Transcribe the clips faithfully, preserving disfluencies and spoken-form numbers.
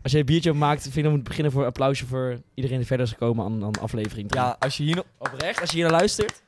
Als je een biertje maakt, vind ik dan moet beginnen voor een applausje voor iedereen die verder is gekomen aan, aan de aflevering. Ja, als je hier nog... Oprecht, als je hier naar luistert.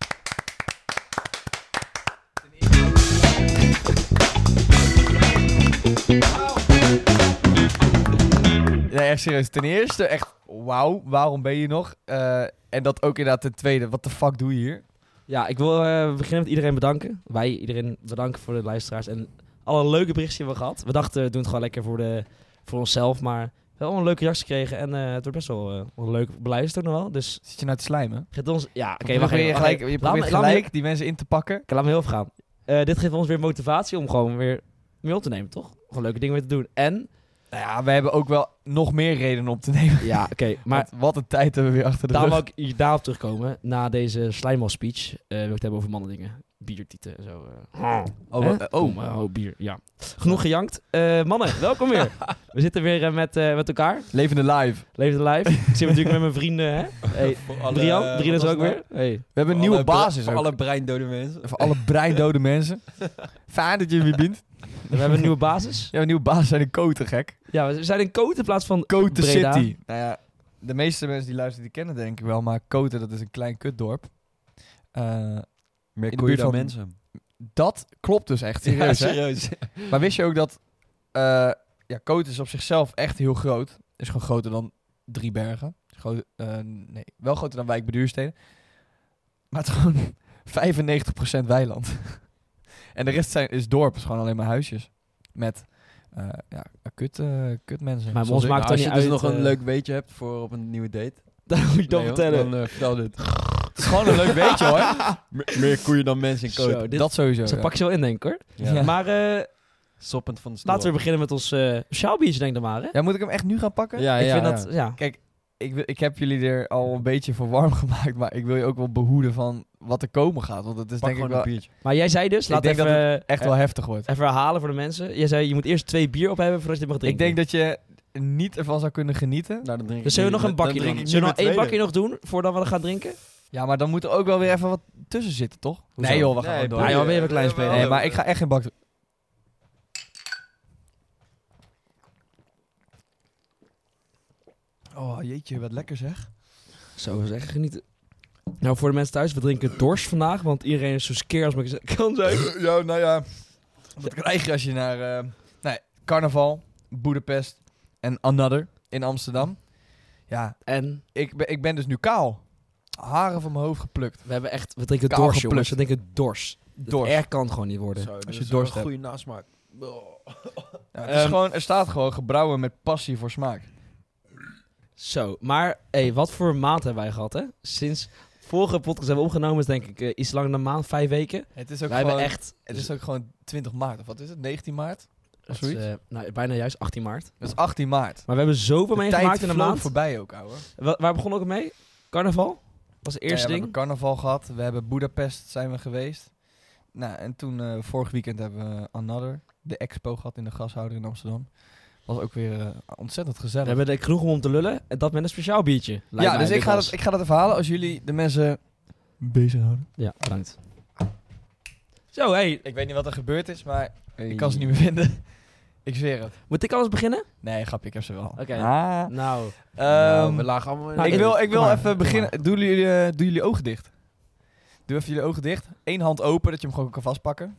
Nee, echt serieus. Ten eerste, echt, wauw, waarom ben je nog? Uh, en dat ook inderdaad ten tweede, wat de fuck doe je hier? Ja, ik wil uh, beginnen met iedereen bedanken. Wij, iedereen bedanken voor de luisteraars en alle leuke berichtjes die we hebben gehad. We dachten, we doen het gewoon lekker voor, de, voor onszelf, maar we hebben allemaal leuke reacties gekregen en uh, het wordt best wel, uh, wel leuk beluisterd nog wel. Dus zit je nou te slijmen? Geeft ons, ja, oké, okay, wacht je even. gelijk, je probeert laat gelijk me, die mensen in te pakken. Okay, laat me heel even gaan. Uh, dit geeft ons weer motivatie om gewoon weer mee op te nemen, toch? Gewoon leuke dingen mee te doen. En... Nou ja, we hebben ook wel nog meer redenen om te nemen. Ja, oké. Okay, maar Want wat een tijd hebben we weer achter de daarom rug. wil ik hier daarop terugkomen. Na deze slijmbal speech uh, wil ik het hebben over mannendingen. Biertieten en zo. Uh. Oh, oh, uh, oh, oh, uh, oh, bier, ja. Genoeg gejankt. Uh, mannen, welkom weer. We zitten weer uh, met, uh, met elkaar. Levende live. Levende live. Ik zit natuurlijk met mijn vrienden. Hè? Hey, Drian, Drian is ook nou? weer. Hey. We hebben een nieuwe basis. Voor alle breindode mensen. Voor alle breindode mensen. Fijn dat je weer bent. We hebben een nieuwe basis. Ja, een nieuwe basis zijn in Koten, gek. Ja, we zijn in Koten in plaats van Koten Breda. City. Nou ja, de meeste mensen die luisteren, die kennen denk ik wel. Maar Koten, dat is een klein kutdorp. Uh, Meer koeien dan mensen. Dat klopt dus echt, serieus. Ja, serieus. Maar wist je ook dat... Uh, ja, Koten is op zichzelf echt heel groot. Is gewoon groter dan Driebergen. Groot, uh, nee, wel groter dan Wijk bij Duurstede. Maar het is gewoon vijfennegentig procent weiland. En de rest zijn, is dorp, is gewoon alleen maar huisjes. Met uh, ja, kut, uh, kut mensen. Maar ons maakt nou, het als niet je uit. dus nog uh, een leuk weetje hebt voor op een nieuwe date. Dat moet je toch nee, vertellen. Dan uh, vertel dit. Het is gewoon een leuk weetje hoor. Me- meer koeien dan mensen in Koten. Zo, dit, Dat sowieso. Zo Ja. pak je wel in, denk ik hoor. Ja. Ja. Maar uh, Soppend van de stoel. laten we beginnen met ons uh, sjaalbiertje, denk ik dan maar. Hè? Ja, moet ik hem echt nu gaan pakken? Ja, ik ja, vind ja. dat, ja. Kijk, ik, wil- ik heb jullie er al een beetje voor warm gemaakt. Maar ik wil je ook wel behoeden van wat er komen gaat. Want het is Pak denk ik gewoon wel een biertje. Maar jij zei dus, Ik laat denk even, dat het echt uh, wel heftig wordt. even herhalen voor de mensen. Jij zei, je moet eerst twee bier op hebben voordat je dit mag Ik drinken. denk dat je niet ervan zou kunnen genieten. Nou, dan drink Dus ik zullen we nu- nog een dan bakje drink doen? ik Zullen we nu nog één mijn bakje nog doen voordat we dat gaan drinken? Ja, maar dan moet er ook wel weer even wat tussen zitten, toch? Hoezo? Nee joh, we gaan Nee, gewoon door. Ja, joh, ben je een klein Eh, speler. Nee, maar ik ga echt geen bak doen. Oh jeetje, wat lekker zeg. Zo, zeg genieten. Nou, voor de mensen thuis, we drinken dorst vandaag, want iedereen is zo skeer als maar kan zijn. Ja, nou ja. Wat krijg je als je naar uh, nee, carnaval, Boedapest en Another in Amsterdam. Ja, En ik ben, ik ben dus nu kaal. Haren van mijn hoofd geplukt. we hebben echt, we drinken Kaal dorst, geplukt. jongens. We drinken dorst. Dorst. Er kan het gewoon niet worden. Zo, als je dat is dorst een hebt. goede nasmaak. Ja, het is Ehm, gewoon, er staat gewoon gebrouwen met passie voor smaak. Zo, maar hey, wat voor maand hebben wij gehad, hè? Sinds vorige podcast hebben we opgenomen, is denk ik uh, iets langer dan een maand, vijf weken. Het is ook Wij gewoon, hebben echt, het is ook gewoon twintig maart, of wat is het? negentien maart? Of het is, zoiets? uh, nou, bijna juist achttien maart. Dat is achttien maart. Maar we hebben zoveel De meegemaakt tijd in een vloog maand. voorbij ook, ouwe. Wa- waar begonnen we ook mee? Carnaval? Was het Ja, eerste ja, we ding. hebben carnaval gehad. We hebben Boedapest zijn we geweest. Nou, en toen uh, vorig weekend hebben we Another, de expo gehad in de Gashouder in Amsterdam. Was ook weer uh, ontzettend We gezellig. hebben er genoeg om te lullen. En dat met een speciaal biertje. Lijkt ja, mij, dus ik dit ga, was. dat, ik ga dat even halen als jullie de mensen bezighouden. Ja, bedankt. Zo, hey. Ik weet niet wat er gebeurd is, maar ik kan ze niet meer vinden. Ik zweer het. Moet ik alles beginnen? Nee, grapje, ik heb ze wel. Oké. Ah. Nou, Ehm, Nou, we lagen allemaal in nou, ik de- wil, ik kom wil maar, even kom beginnen. Doen jullie, uh, doen jullie ogen dicht. Doe even jullie ogen dicht. Eén hand open, dat je hem gewoon kan vastpakken.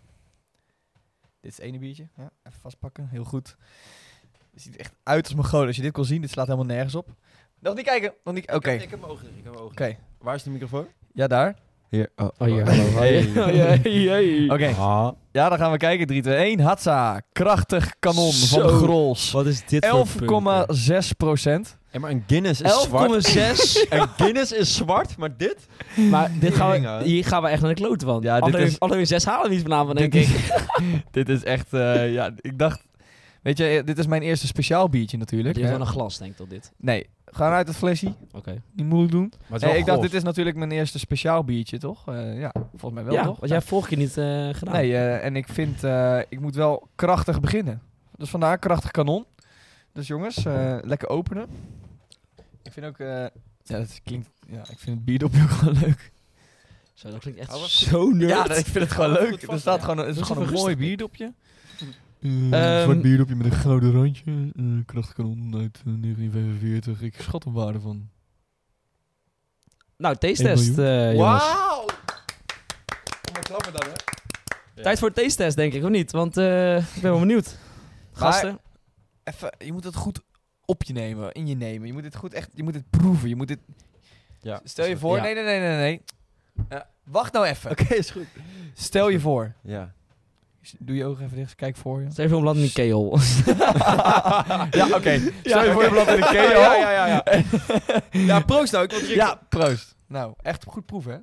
Dit is het ene biertje. Ja, even vastpakken. Heel goed. Het ziet er echt uit als mijn goden. Als je dit kon zien, dit slaat helemaal nergens op. Nog niet kijken. Nog niet. Oké. Ik, heb- Oké. ik heb mijn ogen. Ik heb mijn ogen. Waar is de microfoon? Ja, daar. Hier. Oh, oh hier, hallo. Hey. Hey, hey, hey. Oké. Ah. Ja, dan gaan we kijken. drie, twee, één. Hatsa. Krachtig kanon Zo. van Grols. Wat is dit elf voor komma zes procent. Ja, maar een Guinness is elf zwart. komma zes. Een Guinness is zwart, maar dit? Maar dit gaan Tering, we, hè? hier gaan we echt naar de kloten van. Ja, dit Aflevering- is- aflevering zes halen we niet vanavond, denk Dit ik. is, dit is echt... uh, ja, ik dacht... Weet je, dit is mijn eerste speciaal biertje natuurlijk. Dit is hè. wel een glas, denk ik, tot dit. Nee, gewoon uit het flesje. Oké. Niet moeilijk doen. Maar Hey, ik dacht, dit is natuurlijk mijn eerste speciaal biertje, toch? Uh, ja, volgens mij wel, Ja, toch? wat jij vorige keer niet uh, gedaan. Nee, uh, en ik vind... Uh, ik moet wel krachtig beginnen. Dus vandaar krachtig kanon. Dus jongens, uh, lekker openen. Ik vind ook... Uh, ja, dat klinkt... Ja, ik vind het bierdopje ook gewoon leuk. Zo, dat klinkt echt Hou even zo nerd. Ja, ik vind het gewoon Hou leuk. goed Er vast, staat ja. gewoon... Het is Doe gewoon eens een even mooi rustig. bierdopje. Ehm, zwart bierdopje met een gouden randje. Uh, krachtkanon uit uh, negentien vijfenveertig. Ik schat een waarde van... Nou, taste-test, uh, jongens. Wauw! Kom maar klappen dan, hè. Ja. Tijd voor de taste-test, denk ik, of niet? Want uh, ik ben wel benieuwd. Gasten. Even, je moet het goed op je nemen, in je nemen. Je moet het goed echt, je moet het proeven. Je moet het... Ja. Stel je voor... Ja. Nee, nee, nee, nee, nee. Ja. Wacht nou even. Oké, is goed. Stel je voor. Ja. Doe je ogen even dicht, kijk voor je. Stel je voor een blad in de keel. Ja, oké. Okay. Stel je voor oké. je blad in de keel. Ja, ja, ja, ja. Ja, proost nou. Ik wil drinken. Ja, proost. Nou, echt goed proeven, hè?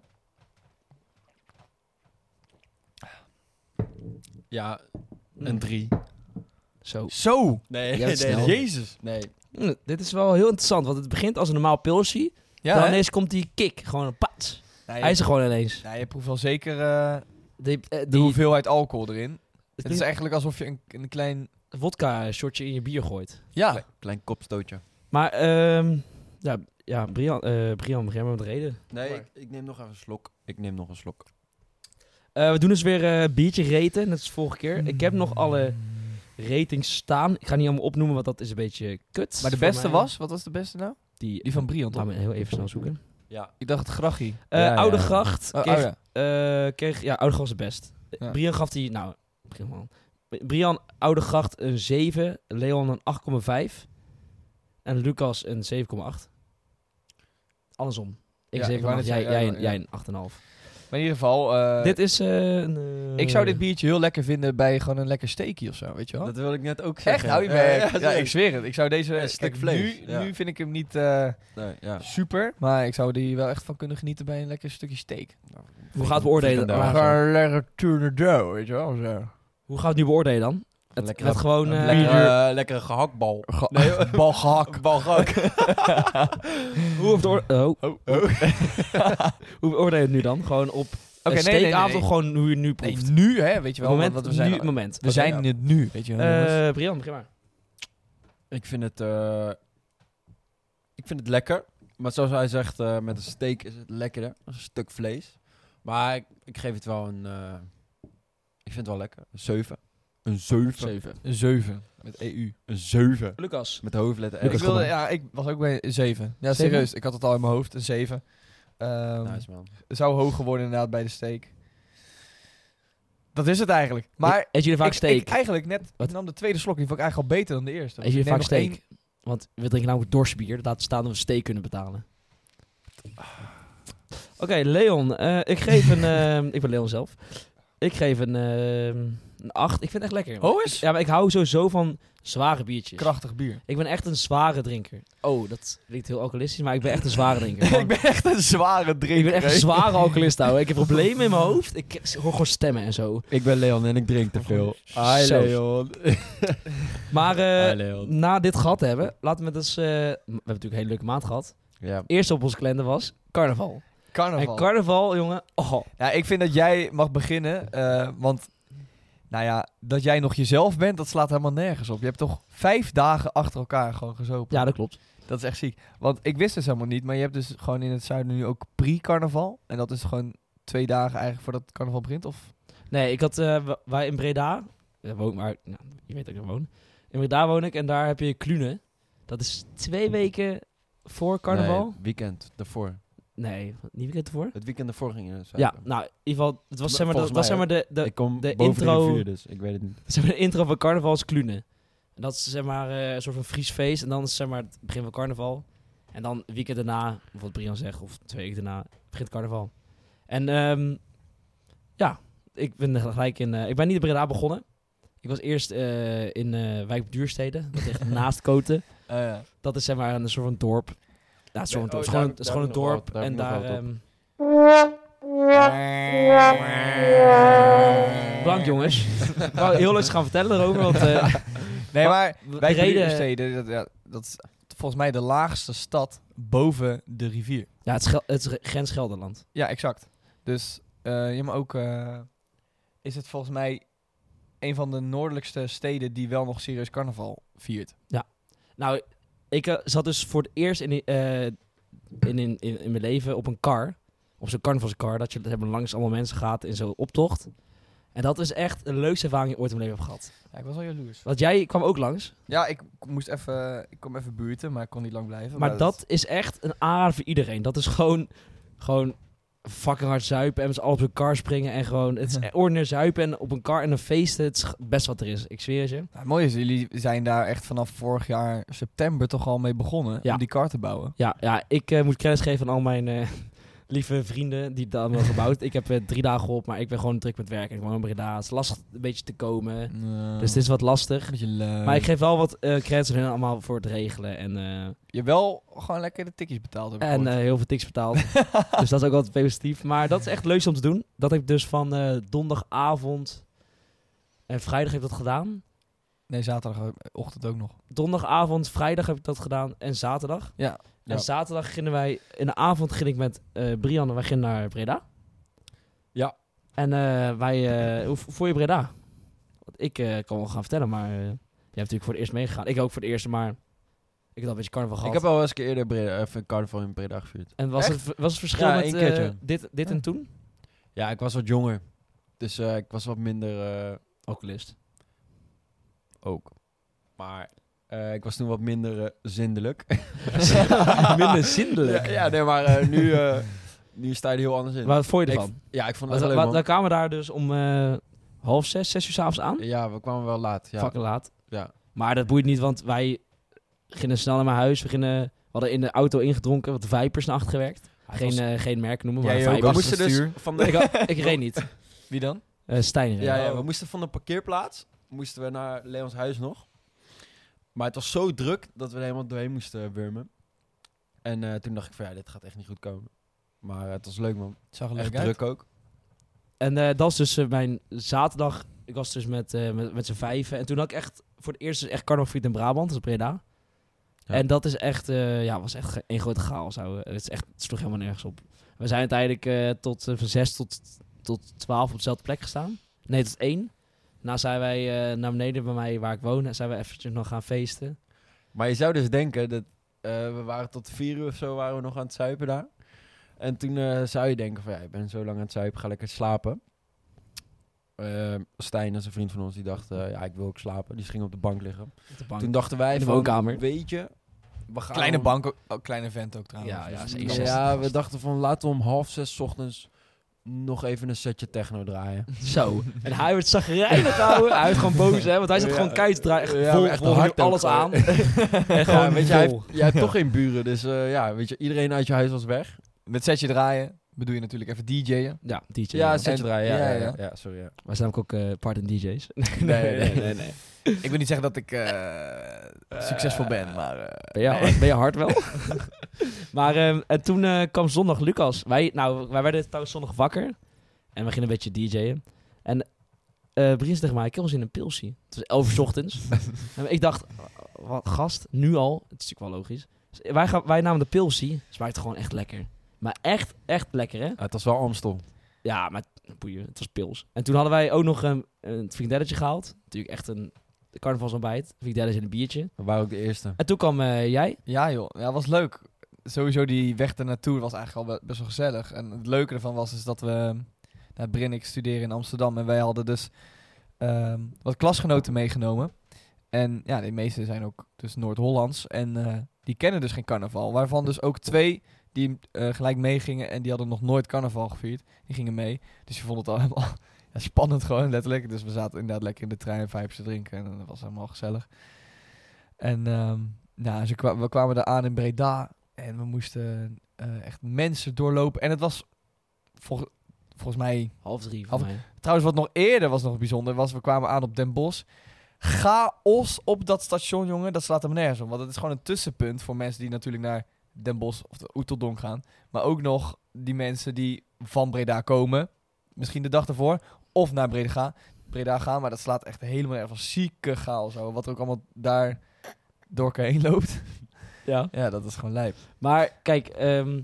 Ja, een drie. Zo. Zo. Nee, Ja, dat is nee, snel. nee. Jezus. Nee. Hm, dit is wel heel interessant, want het begint als een normaal pilsie. Ja, dan hè? ineens komt die kick. Gewoon een pats. Nou, Hij is er gewoon ineens. nou, je proeft wel zeker uh, Die, eh, de die hoeveelheid alcohol erin. het Het is eigenlijk alsof je een, een klein... vodka-shotje in je bier gooit. Ja. Klein, klein kopstootje. Maar, ehm ja, ja Brian, uh, Brian, begin maar met de reden. Nee, ik, ik neem nog even een slok. Ik neem nog een slok. Uh, we doen dus weer uh, biertje raten, net als vorige keer. Ik heb nog alle ratings staan. Ik ga niet allemaal opnoemen, want dat is een beetje kut. Maar de voor beste mij. was? Wat was de beste nou? Die, Die van Brian, toch? Laten we heel even snel zoeken. Ja. Ik dacht het grachie. Uh, Ja, Oude ja. Gracht Oh, kreeg, oh ja. uh, kreeg... Ja, Oude Gracht is het best. Ja. Brian gaf die... Nou, begin man. Brian, Oude Gracht een zeven. Leon een acht komma vijf. En Lucas een zeven komma acht. Andersom. Ik Ja, zeven ik wou komma acht, net jij, zeggen, jij, ja, een- ja. jij een acht komma vijf. Maar in ieder geval... uh, Dit is uh, een... uh, ik zou dit biertje heel lekker vinden bij gewoon een lekker steakje of zo, weet je wel? Dat wil ik net ook zeggen. Echt? Hou je Ja, mee? ja, Ja, ja, ik zweer het. Ik zou deze... Een stuk kijk, vlees, Nu, ja. nu vind ik hem niet uh, Nee, ja. super, maar ik zou die wel echt van kunnen genieten bij een lekker stukje steak. Hoe gaat het beoordelen? Frikandel. Maar- Maar gewoon een lekker tournedo, weet je wel? Zo. Hoe gaan we het nu beoordelen dan? Het, Lekker- het gewoon... een uh, Lekkere, lekkere gehaktbal. Nee, balgehak. Balgehak. Hoe of de oor- oh. Oh, oh. Hoe beoordelen we het nu dan? Gewoon op Oké, een nee, nee, nee, steekavond nee. of gewoon hoe je nu Nee, proeft? nu hè, weet je wel. moment, want we zijn, nu, moment. we Oké, zijn ja. het nu, weet je wel. jongens. Eh, Brian, begin maar. Ik vind het... eh, ik vind het lekker. Maar zoals hij zegt, eh, met een steak is het lekkerder. Als een stuk vlees. Maar ik, ik geef het wel een... eh, ik vind het wel lekker. Een zeven. Een zeven. zeven. Een zeven met E U. Een zeven. Lucas. Met de hoofdletter Lucas, Ik, R. kom wilde, maar. ja, ik was ook bij een zeven. Ja, Zeven? serieus. Ik had het al in mijn hoofd, een zeven. Ehm, Nice, man. Het zou hoger worden inderdaad bij de steak. Dat is het eigenlijk. Maar Eet jullie vaak ik, steak? ik eigenlijk net, Wat? ik nam de tweede slok, die vond ik eigenlijk al beter dan de eerste. Eet jullie Ik neem vaak nog steak? één- Want we drinken namelijk dorstbier. Laat staan dat we steak kunnen betalen. Oké, Leon. eh, ik geef een... ehm, ik ben Leon zelf. Ik geef een, ehm, een acht. Ik vind het echt lekker. Oh, is? Ja, maar ik hou sowieso van zware biertjes. Krachtig bier. Ik ben echt een zware drinker. Oh, dat klinkt heel alcoholistisch, maar ik ben echt een zware drinker. ik ben echt een zware drinker. Ik ben echt een hè. zware alcoholist, ouwe. Ik heb problemen in mijn hoofd. Ik hoor gewoon stemmen en zo. Ik ben Leon en ik drink te veel. Hi, Zo. Leon. Maar eh, Hi, Leon. na dit gehad te hebben, laten we het eens... eh, we hebben natuurlijk een hele leuke maand gehad. Ja. Eerst op onze kalender was carnaval. Carnaval. En carnaval, jongen. Oh, Ja, ik vind dat jij mag beginnen, eh, want nou ja, dat jij nog jezelf bent, dat slaat helemaal nergens op. Je hebt toch vijf dagen achter elkaar gewoon gezopen. ja, dat klopt. Dat is echt ziek. Want ik wist dus helemaal niet, maar je hebt dus gewoon in het zuiden nu ook pre-carnaval. En dat is gewoon twee dagen eigenlijk voordat het carnaval begint, of? Nee, ik had... eh, wa- wij in Breda... eh, woon maar... Nou, je weet dat ik er woon. In Breda woon ik en daar heb je Klune. Dat is twee weken voor carnaval. Nee, weekend daarvoor. Nee, niet weekend ervoor. Het weekend daarvoor ging je Ja, nou, in ieder geval... Het was, zeg maar, dat Volgens was mij, zeg maar de... de ik kom de boven intro- de rivier, dus ik weet het niet. zeg maar, de intro van carnaval is Klune. En dat is zeg maar eh, een soort van Fries feest. En dan is zeg maar het begin van carnaval. En dan een weekend daarna, of wat Brian zegt, of twee weken daarna, begint carnaval. En ehm, ja, ik ben er gelijk in... eh, ik ben niet in Breda begonnen. Ik was eerst eh, in eh Wijk Duurstede, dat ligt naast Koten. Dat is zeg maar een soort van dorp. Ja, het is, Nee, gewoon, het is oh, gewoon, daar- het is daar gewoon een heb ik nog dorp. wel- daar En heb ik nog daar... wel ehm, bedankt jongens. Ik wou heel leuk gaan vertellen erover, want... eh, Nee, maar de wij reden- Duurstede, dat, ja, dat is volgens mij de laagste stad boven de rivier. Ja, het is, Gel- het is grens Gelderland. Ja, exact. Dus, eh ja, maar ook eh, is het volgens mij een van de noordelijkste steden die wel nog serieus carnaval viert. Nou, ik eh, zat dus voor het eerst in, eh, in, in, in, in mijn leven op een kar. Op zo'n carnavalskar. Dat je dat hebben langs allemaal mensen gaat in zo'n optocht. En dat is echt de leukste ervaring die ik ooit in mijn leven heb gehad. Ja, ik was al jaloers. Want jij kwam ook langs. Ja, ik moest even, ik kom even buurten, maar ik kon niet lang blijven. Maar dat is echt een aanrader voor iedereen. Dat is gewoon, gewoon fucking hard zuipen en met z'n allen op een kar springen. En gewoon, het is ordinair zuipen en op een kar en een feesten. Het is best wat er is, ik zweer het je. Nou, mooi is, jullie zijn daar echt vanaf vorig jaar september toch al mee begonnen Ja. om die kar te bouwen. Ja, ja ik uh, moet credits geven aan al mijn uh, lieve vrienden die dat hebben gebouwd. Ik heb uh, drie dagen geholpen, maar ik ben gewoon druk met werk. En ik woon in Breda. Het is lastig een beetje te komen. Uh, Dus het is wat lastig. Een beetje leuk. Maar ik geef wel wat uh, credits aan hun allemaal voor het regelen. En, uh, Je hebt wel gewoon lekker de tikjes betaald. Heb ik en uh, gehoord. heel veel tiks betaald. Dus dat is ook altijd positief. Maar dat is echt het leukste om te doen. Dat heb ik dus van uh, donderdagavond en vrijdag heb ik dat gedaan. Nee, zaterdagochtend ook nog. Donderdagavond, vrijdag heb ik dat gedaan en zaterdag. Ja. En Ja. zaterdag gingen wij, in de avond ging ik met uh, Brianne, wij gingen naar Breda. Ja. En uh, wij, uh, hoe v- vond je Breda? Want ik uh, kan wel gaan vertellen, maar uh, jij hebt natuurlijk voor het eerst meegegaan. Ik ook voor het eerste, maar ik heb al een beetje carnaval gehad. Ik heb al eens een keer eerder Breda, even carnaval in Breda gevierd. En was Echt? het, was het verschil Ja, met één uh, keertje. dit, dit en toen? Ja, ik was wat jonger. Dus uh, ik was wat minder uh, Alcoholist. ook. Maar uh, ik was toen wat minder uh, zindelijk. Minder zindelijk. ja, ja, nee, maar uh, nu, uh, nu sta je er heel anders in. Wat vond je Ik- ervan? ja, ik vond Want, het echt leuk, wa- man. dan kwamen we daar dus om uh, half zes, zes uur s'avonds aan. Ja, we kwamen wel laat. Ja. Fucking laat. Ja. Maar dat boeit niet, want wij gingen snel naar mijn huis. We, gingen, we hadden in de auto ingedronken, wat Vipers naar achter gewerkt. het Geen, was- uh, geen merk noemen, maar Jij ook We Vipers. achter moesten het dus stuur? van de, ik, ik reed niet. Wie dan? Uh, Stijn reed. ja, ja, we moesten van de parkeerplaats moesten we naar Leons huis nog. Maar het was zo druk dat we er helemaal doorheen moesten wurmen. En uh, toen dacht ik van ja, dit gaat echt niet goed komen. Maar uh, het was leuk, man. Het zag er Echt leuk uit. druk ook. En uh, dat was dus uh, mijn zaterdag. Ik was dus met, uh, met, met z'n vijven. En toen had ik echt voor het eerst dus echt carnaval gevierd in Brabant, dat is Breda. Ja. En dat is echt, uh, ja, was echt een grote chaos. Zo. Het is echt, het sloeg helemaal nergens op. We zijn uiteindelijk uh, tot uh, van zes tot, tot twaalf op dezelfde plek gestaan. Nee, tot één. Daarna zijn wij uh, naar beneden bij mij waar ik woon. En zijn we eventjes nog gaan feesten. Maar je zou dus denken dat uh, we waren tot vier uur of zo waren we nog aan het zuipen daar. En toen uh, zou je denken van ja, ik ben zo lang aan het zuipen, ga lekker slapen. Uh, Stijn, dat is een vriend van ons, die dacht uh, ja, ik wil ook slapen. Die ging op de bank liggen. Op de bank. Toen dachten wij In de van, woonkamer. weet je, we gaan Kleine om- bank, ook, oh, kleine vent ook trouwens. Ja, ja, Dus- zeker. Ja, zestig Ja, gast. we dachten van laten we om half zes 's ochtends nog even een setje techno draaien. Zo. En hij werd zagrijnig houden. Hij werd gewoon boos, hè. Want hij zat Ja. gewoon keihard te draaien. Echt Ja, vol, maar echt vol hard ook alles gewoon. aan. en gewoon Ja, weet je, hij vol. heeft, jij hebt toch geen buren, dus uh, ja, weet je, iedereen uit je huis was weg. Met setje draaien bedoel je natuurlijk even D J'en. Ja, D J. Ja, Ja, setje En- draaien, ja, ja, ja, ja, ja. ja, sorry, ja. wij zijn ook uh, part-time D J's. Nee, nee, nee, nee. Ik wil niet zeggen dat ik eh, succesvol ben, maar... eh, Ben je, hard, ben je hard wel? maar um, en toen uh, kwam zondag Lucas. Wij, nou, wij werden trouwens zondag wakker. En we gingen een beetje D J'en. En uh, Briens tegen mij, ik heb ons in een pilsie. Het was elf uur 's ochtends. En ik dacht, wat gast, nu al. Het is natuurlijk wel logisch. Dus wij, gaan, wij namen de pilsie. Smaakt gewoon echt lekker. Maar echt, echt lekker, hè? Ja, het was wel Amstel. Ja, maar boeien, het was pils. En toen hadden wij ook nog een, een frikandelletje gehaald. Natuurlijk echt een carnavalsontbijt. Frikandelletje en een biertje. We waren ook de eerste. En toen kwam uh, jij. Ja joh, ja, was leuk. Sowieso die weg ernaartoe was eigenlijk al be- best wel gezellig. En het leuke ervan was is dat we... Nou, Brin en ik studeren in Amsterdam en wij hadden dus ehm, wat klasgenoten meegenomen. En ja, de meeste zijn ook dus Noord-Hollands. En uh, die kennen dus geen carnaval. Waarvan dus ook twee die uh, gelijk meegingen en die hadden nog nooit carnaval gevierd. Die gingen mee. Dus je vond het al helemaal ja, spannend gewoon, letterlijk. Dus we zaten inderdaad lekker in de trein vijpjes te drinken en dat was helemaal gezellig. En um, nou, ze kwa- we kwamen daar aan in Breda en we moesten uh, echt mensen doorlopen. En het was vol- volgens mij... Half drie voor Half- mij. Trouwens, wat nog eerder was nog bijzonder, was we kwamen aan op Den Bosch. Chaos op dat station, jongen. Dat slaat hem nergens om. Want het is gewoon een tussenpunt voor mensen die natuurlijk naar Den Bosch of de Oeteldonk gaan. Maar ook nog die mensen die van Breda komen. Misschien de dag ervoor. Of naar Breda, Breda gaan. Maar dat slaat echt helemaal nergens op. Zieke chaos. Zo. Wat er ook allemaal daar door elkaar heen loopt. Ja. Ja, dat is gewoon lijp. Maar kijk, um,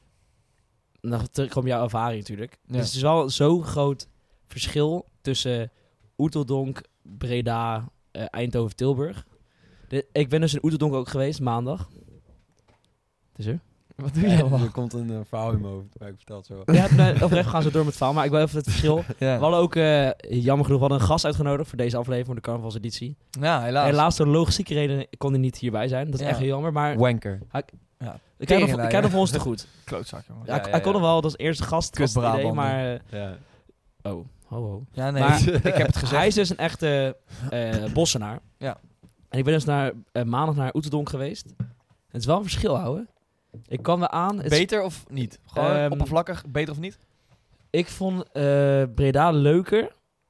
nog terug op jouw ervaring natuurlijk. Ja. Dus het is wel zo'n groot verschil tussen Oeteldonk, Breda, uh, Eindhoven, Tilburg. De, ik ben dus in Oeteldonk ook geweest, maandag. Het is er. Wat doe je allemaal? Er komt een uh, verhaal in mijn hoofd, maar ik vertel het zo. Ja, nee, oprecht gaan ze door met het verhaal, maar ik wil even het verschil. Ja. We hadden ook, uh, jammer genoeg, we hadden een gast uitgenodigd voor deze aflevering, voor de carnavalseditie. Ja, helaas. Helaas, door logistieke redenen kon hij niet hierbij zijn. Dat is Ja. echt heel jammer, maar Wanker. Ja. ik ken hem Teringleier. ik ken hem voor ons te goed. Klootzak, jongen. Ja, hij kon nog wel, dat was eerste gast, Kut was het idee, Brabander. maar... uh, Ja. oh, ho ho. Ja, nee, Maar- ik heb het gezegd. Hij is dus een echte uh, bossenaar. Ja. En ik ben dus naar, uh, maandag naar Oeterdonk geweest. Het is wel een verschil, ouwe. Ik kwam er aan. Het is- Beter of niet? Gewoon Ehm, oppervlakkig, beter of niet? ik vond uh, Breda leuker.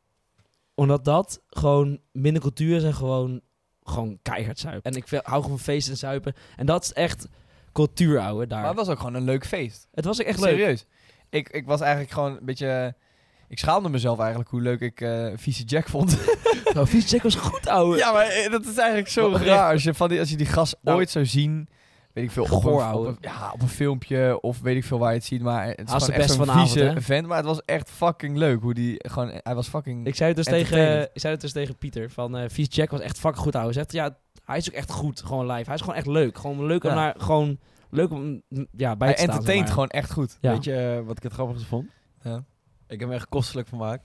Omdat dat gewoon minder cultuur is en gewoon, gewoon keihard zuipen. En ik ve- hou gewoon van feesten en zuipen. En dat is echt cultuur, ouwe, daar. Maar het was ook gewoon een leuk feest. het was echt leuk. Serieus. Ik, ik was eigenlijk gewoon een beetje... Ik schaamde mezelf eigenlijk hoe leuk ik uh, Vieze Jack vond. Oh, Vies Jack was goed, ouwe. Ja, maar eh, dat is eigenlijk zo Oprecht. raar. Als je, van die, als je die gast Nou, ooit zou zien... Weet ik veel, op goor, een, op, ouwe. een, ja, op een filmpje of weet ik veel waar je het ziet. Maar het is Hij was gewoon de echt beste zo'n van de vieze avond, hè? vent. Maar het was echt fucking leuk. Hoe die gewoon... Hij was fucking... Ik zei het dus tegen, Entertainend. ik zei het dus tegen Pieter. Van uh, Vies Jack was echt fucking goed, ouwe. Hij zegt, ja, hij is ook echt goed. Gewoon live. Hij is gewoon echt leuk. Gewoon leuk om Ja. naar... Gewoon leuk om mm, ja, bij hij te staan. entertaint zeg maar. gewoon echt goed. Ja. Weet je uh, wat ik het grappigste vond? Ja. Ik heb me echt kostelijk vermaakt.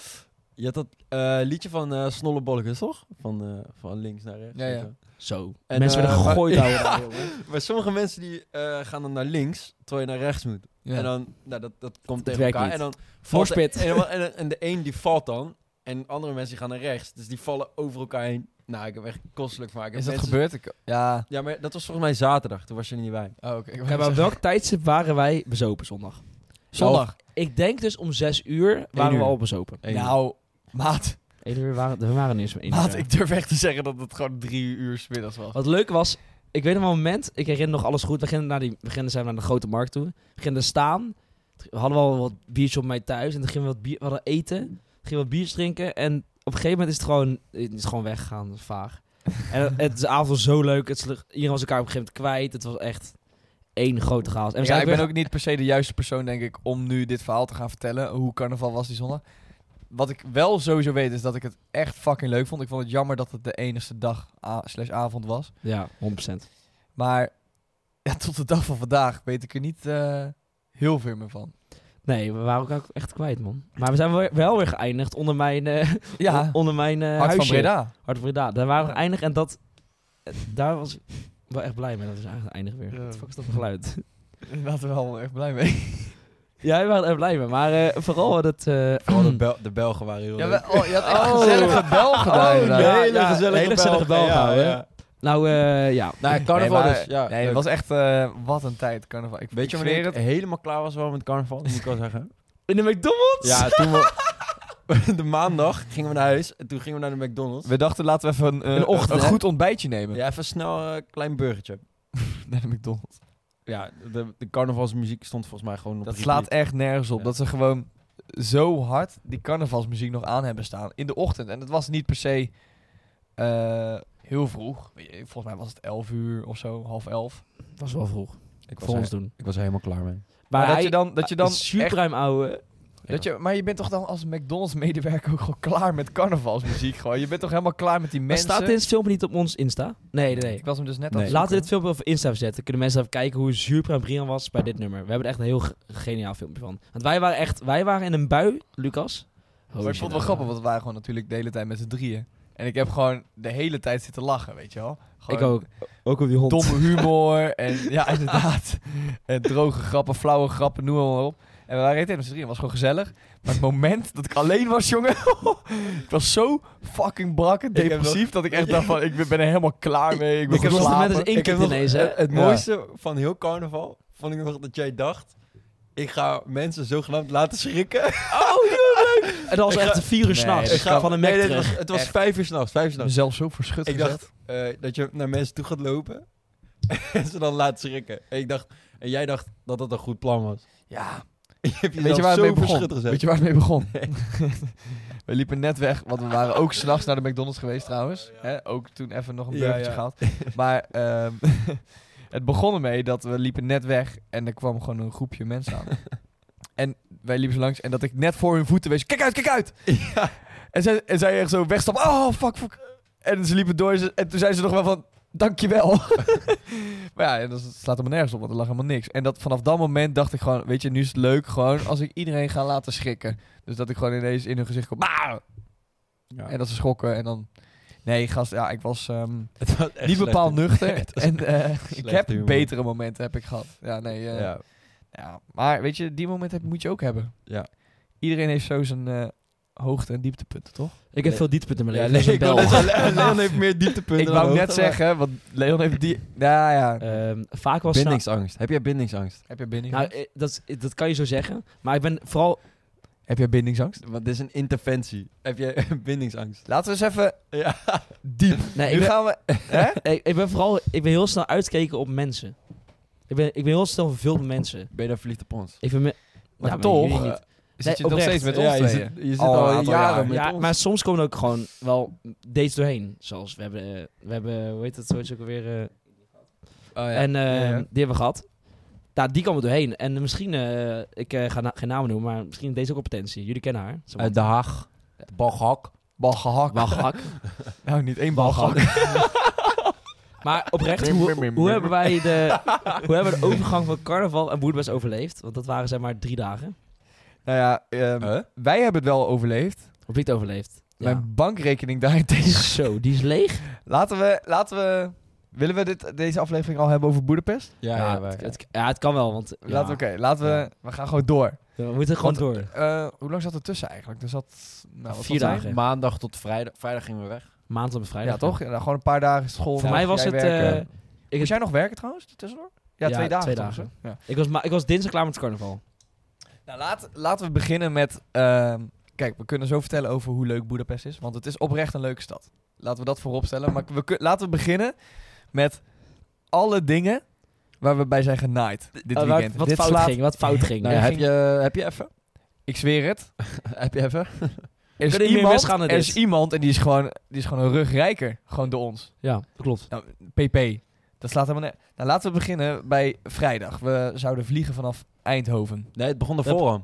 Je had dat uh, liedje van uh, Snollebollekes, toch? Van, uh, van links naar rechts. Ja, ja. weet je. Zo. En, Mensen uh, werden maar- gegooid, ouwe. Ja. daar, jongen. Maar sommige mensen die uh, gaan dan naar links, terwijl je naar rechts moet. Ja. En dan, nou, dat, dat komt Het tegen werkt elkaar. niet. En dan valt de, Moshpit. en, en, en, en de een die valt dan. En andere mensen die gaan naar rechts. Dus die vallen over elkaar heen. Nou, ik heb echt kostelijk vermaakt. Ik Is heb dat mensen- gebeurd? Ik, ja. Ja, maar dat was volgens mij zaterdag. Toen was je er niet bij. Oh, oké. Ik wou Ja, maar zeggen- welk tijdstip waren wij bezopen zondag? Zondag. Ik denk dus om zes uur waren uur. we al bezopen. Eén Nou, maat. Eén uur waren, we waren eerst maar één Maat, uur. ik durf echt te zeggen dat het gewoon drie uur 's middags was. Wat leuk was, ik weet nog wel een moment, ik herinner nog alles goed. We gingen naar die, we gingen zijn we naar de grote markt toe. We gingen er staan. We hadden wel wat biertjes op mij thuis. En toen gingen we wat bier, we hadden eten. Gingen we wat biertjes drinken. En op een gegeven moment is het gewoon, het is gewoon weggegaan. Dat is vaag. En het, het, de avond was zo leuk. Het, sloeg- iedereen was elkaar op een gegeven moment kwijt. Het was echt één grote chaos. En we Ja, zijn ik ben weer- ook niet per se de juiste persoon, denk ik, om nu dit verhaal te gaan vertellen. Hoe carnaval was die zondag. Wat ik wel sowieso weet, is dat ik het echt fucking leuk vond. Ik vond het jammer dat het de enige dag a- slash avond was. Ja, honderd procent. Maar ja, tot de dag van vandaag weet ik er niet eh, heel veel meer van. Nee, we waren ook echt kwijt, man. Maar we zijn wel, wel weer geëindigd onder mijn, eh Ja, onder mijn eh Hart van huisje. Breda. Hart van Breda. Daar waren we Ja. geëindigd en dat... eh, Daar was ik wel echt blij mee dat we zijn geëindigd weer. Ja. Wat de fuck is dat voor geluid? Daar waren we allemaal echt blij mee. Ja, we waren er echt blij mee. Maar eh, vooral wat het... eh, Vooral de, Bel de Belgen waren heel Ja, leuk. we- oh, je had echt Oh. gezellige Belgen daar. Oh, inderdaad. ja, hele ja, gezellige hele gezellige Belgen, Belgen, ja, hè? ja. nou, eh, ja. Nou, carnaval nee, dus. maar- Ja, nee, leuk. het was echt... eh, wat een tijd, carnaval. Ik, Weet ik je zweer wanneer ik het? helemaal klaar was wel met carnaval? Moet ik wel zeggen. In de McDonald's? Ja, toen we... de maandag gingen we naar huis. En toen gingen we naar de McDonald's. We dachten, laten we even een, eh, In de ochtend, een hè? goed ontbijtje nemen. Ja, even snel een klein burgertje. Naar de McDonald's. Ja, de, de carnavalsmuziek stond volgens mij gewoon op Dat repeat. slaat echt nergens op. Ja. Dat ze gewoon zo hard die carnavalsmuziek nog aan hebben staan. In de ochtend. En het was niet per se eh, heel vroeg. Volgens mij was het elf uur of zo. Half elf. Dat was wel vroeg. Ik was, Voor ons he- doen. ik was er helemaal klaar mee. Maar, dat hij- je dan... Dat je dan echt, Superruim, ouwe. dat je, maar je bent toch dan als McDonald's-medewerker ook gewoon klaar met carnavalsmuziek? Gewoon. Je bent toch helemaal klaar met die Maar mensen? staat dit filmpje niet op ons Insta? Nee, nee, nee. Ik was hem dus net Nee. aan het Laten we dit zoeken. filmpje op Insta zetten. Kunnen mensen even kijken hoe zuurpruim Brian was bij dit nummer. We hebben er echt een heel ge- geniaal filmpje van. Want wij waren echt... Wij waren in een bui, Lucas. Maar ik vond het wel grappig, want we waren gewoon natuurlijk de hele tijd met z'n drieën. En ik heb gewoon de hele tijd zitten lachen, weet je wel. Ik Gewoon ook. Ook op die hond. domme humor en ja, inderdaad. En droge grappen, flauwe grappen, noem maar op. En we waren de hele tijd met z'n drieën. Het was gewoon gezellig. Maar het moment dat ik alleen was, jongen. Ik was zo fucking brak en Ik heb depressief dat ik echt dacht van, ik ben ben er helemaal klaar mee. Ik ben Ik heb gaan nog slapen. met een Ik heb nog, ineens, hè? het, het Ja. mooiste van heel carnaval vond ik nog dat jij dacht... Ik ga mensen zogenaamd laten schrikken. Oh, heel leuk! En dat was Ik echt ga- een vier uur Nee, s'nachts. ik Ik ga- ga van een Mac nee, nee, terug. het was, het was Echt. vijf uur s'nachts. Vijf uur s'nachts. mezelf zo verschut Ik gezet. dacht eh, dat je naar mensen toe gaat lopen. En ze dan laat schrikken. En, ik dacht, en jij dacht dat dat een goed plan was. Ja, Je hebt weet je waar het zo mee begon? verschut gezet. Weet je waar het mee begon? We liepen net weg, want we waren ook s'nachts naar de McDonald's geweest trouwens. Hè? Ook toen even nog een Ja, burgertje ja. gehad. Maar ehm, het begon ermee dat we liepen net weg en er kwam gewoon een groepje mensen aan. En wij liepen zo langs en dat ik net voor hun voeten wees, kijk uit, kijk uit! Ja. En zij, en zij echt zo wegstappen, oh fuck, fuck. En ze liepen door en ze- en toen zei ze nog wel van, dankjewel. Maar ja, en dat slaat helemaal nergens op, want er lag helemaal niks. En dat, vanaf dat moment dacht ik gewoon, weet je, nu is het leuk gewoon als ik iedereen ga laten schrikken. Dus dat ik gewoon ineens in hun gezicht kom, "Maar!" Ja. En dat ze schokken en dan... Nee, gast, ja, ik was ehm, Het was echt niet bepaald slecht. nuchter. Het was En eh, ik slechte heb humor. betere momenten heb ik gehad. Ja, nee, eh, ja. Ja. Maar weet je, die momenten heb, moet je ook hebben. Ja. Iedereen heeft zo zijn eh, hoogte- en dieptepunten, toch? Ik heb Nee. veel dieptepunten in mijn Ja, leven. nee, Dat ik is wil een net bel. zeggen, Leon heeft meer dieptepunten Ik dan wou hoogte, net maar- zeggen, want Leon heeft die... Ja, ja. Ehm, vaak was Bindingsangst. Heb jij bindingsangst? Heb je binding? Nou, eh, dat, is- dat kan je zo zeggen. Maar ik ben vooral... heb je bindingsangst? Want dit is een interventie. Heb jij bindingsangst? Laten we eens even Ja. diep. Nee, nu ik, ben, gaan we... Hè? ik, ik ben vooral... Ik ben heel snel uitgekeken op mensen. Ik ben, ik ben heel snel verveeld met mensen. Ben je dan verliefd op ons? Ik ben me, Maar ja, maar toch, jullie eh, niet. Zit je Nee, nog oprecht. steeds met Ja, ons je tweeën? zit, je zit Al al, een aantal jaren jaar. met Ja, ons. maar soms komen er ook gewoon wel dates doorheen. Zoals we hebben, eh, we hebben hoe heet het, zoiets ook alweer. eh, Oh, ja. En eh, Ja, ja. die hebben we gehad. Nou, die komen doorheen. En misschien, eh, ik eh, ga na- geen namen noemen, maar misschien deze ook op potentie. Jullie kennen haar. Zo Uit Den Haag. De Balghak. Bal gehakt. Waghak. Nou, niet één bal gehakt. Maar oprecht, hoe, hoe hebben wij de, hoe hebben we de overgang van carnaval en boerenbest overleefd? Want dat waren zeg maar drie dagen. Nou ja, ehm, Huh? wij hebben het wel overleefd. Of niet overleefd? Ja. Mijn bankrekening daarentegen. Zo, die is leeg. Laten we, laten we... Willen we dit, deze aflevering al hebben over Boedapest? Ja, Ja, ja, wij- het, het- ja, het kan wel, want ja, Laten we, oké, laten we... Ja. We gaan gewoon door. we moeten gewoon Want, door. eh, hoe lang zat er tussen eigenlijk? Er zat... Nou, wat Vier zal het dagen. Maandag tot vrijdag. Vrijdag gingen we weg. Maand op zijn? vrijdag. Ja, toch? Ja, nou, gewoon een paar dagen school. Voor Ja, mij was jij het... werken. eh, ik, Moest jij nog werken trouwens, tussendoor? Ja, Ja, twee dagen. twee toch, dagen. zo? Ja. ik, was, ma- ik was dinsdag klaar met het carnaval. Nou, laat, laten we beginnen met... ehm, kijk, we kunnen zo vertellen over hoe leuk Boedapest is. Want het is oprecht een leuke stad. Laten we dat voorop stellen. Maar we, kun- laten we beginnen met alle dingen waar we bij zijn genaaid dit Eh, waar- weekend. wat Dit fout slaat- ging, wat fout ging. Nou ja, Ja, heb, ging- je, heb je even? Ik zweer het. heb je even? Er is, Kunnen niet meer iemand, misgaan dan er is dit. iemand en die is gewoon, die is gewoon een rug rijker. Gewoon door ons. Ja, dat klopt. Nou, P P. Dat slaat helemaal neer. Nou, laten we beginnen bij vrijdag. We zouden vliegen vanaf Eindhoven. Nee, het begon ervoor.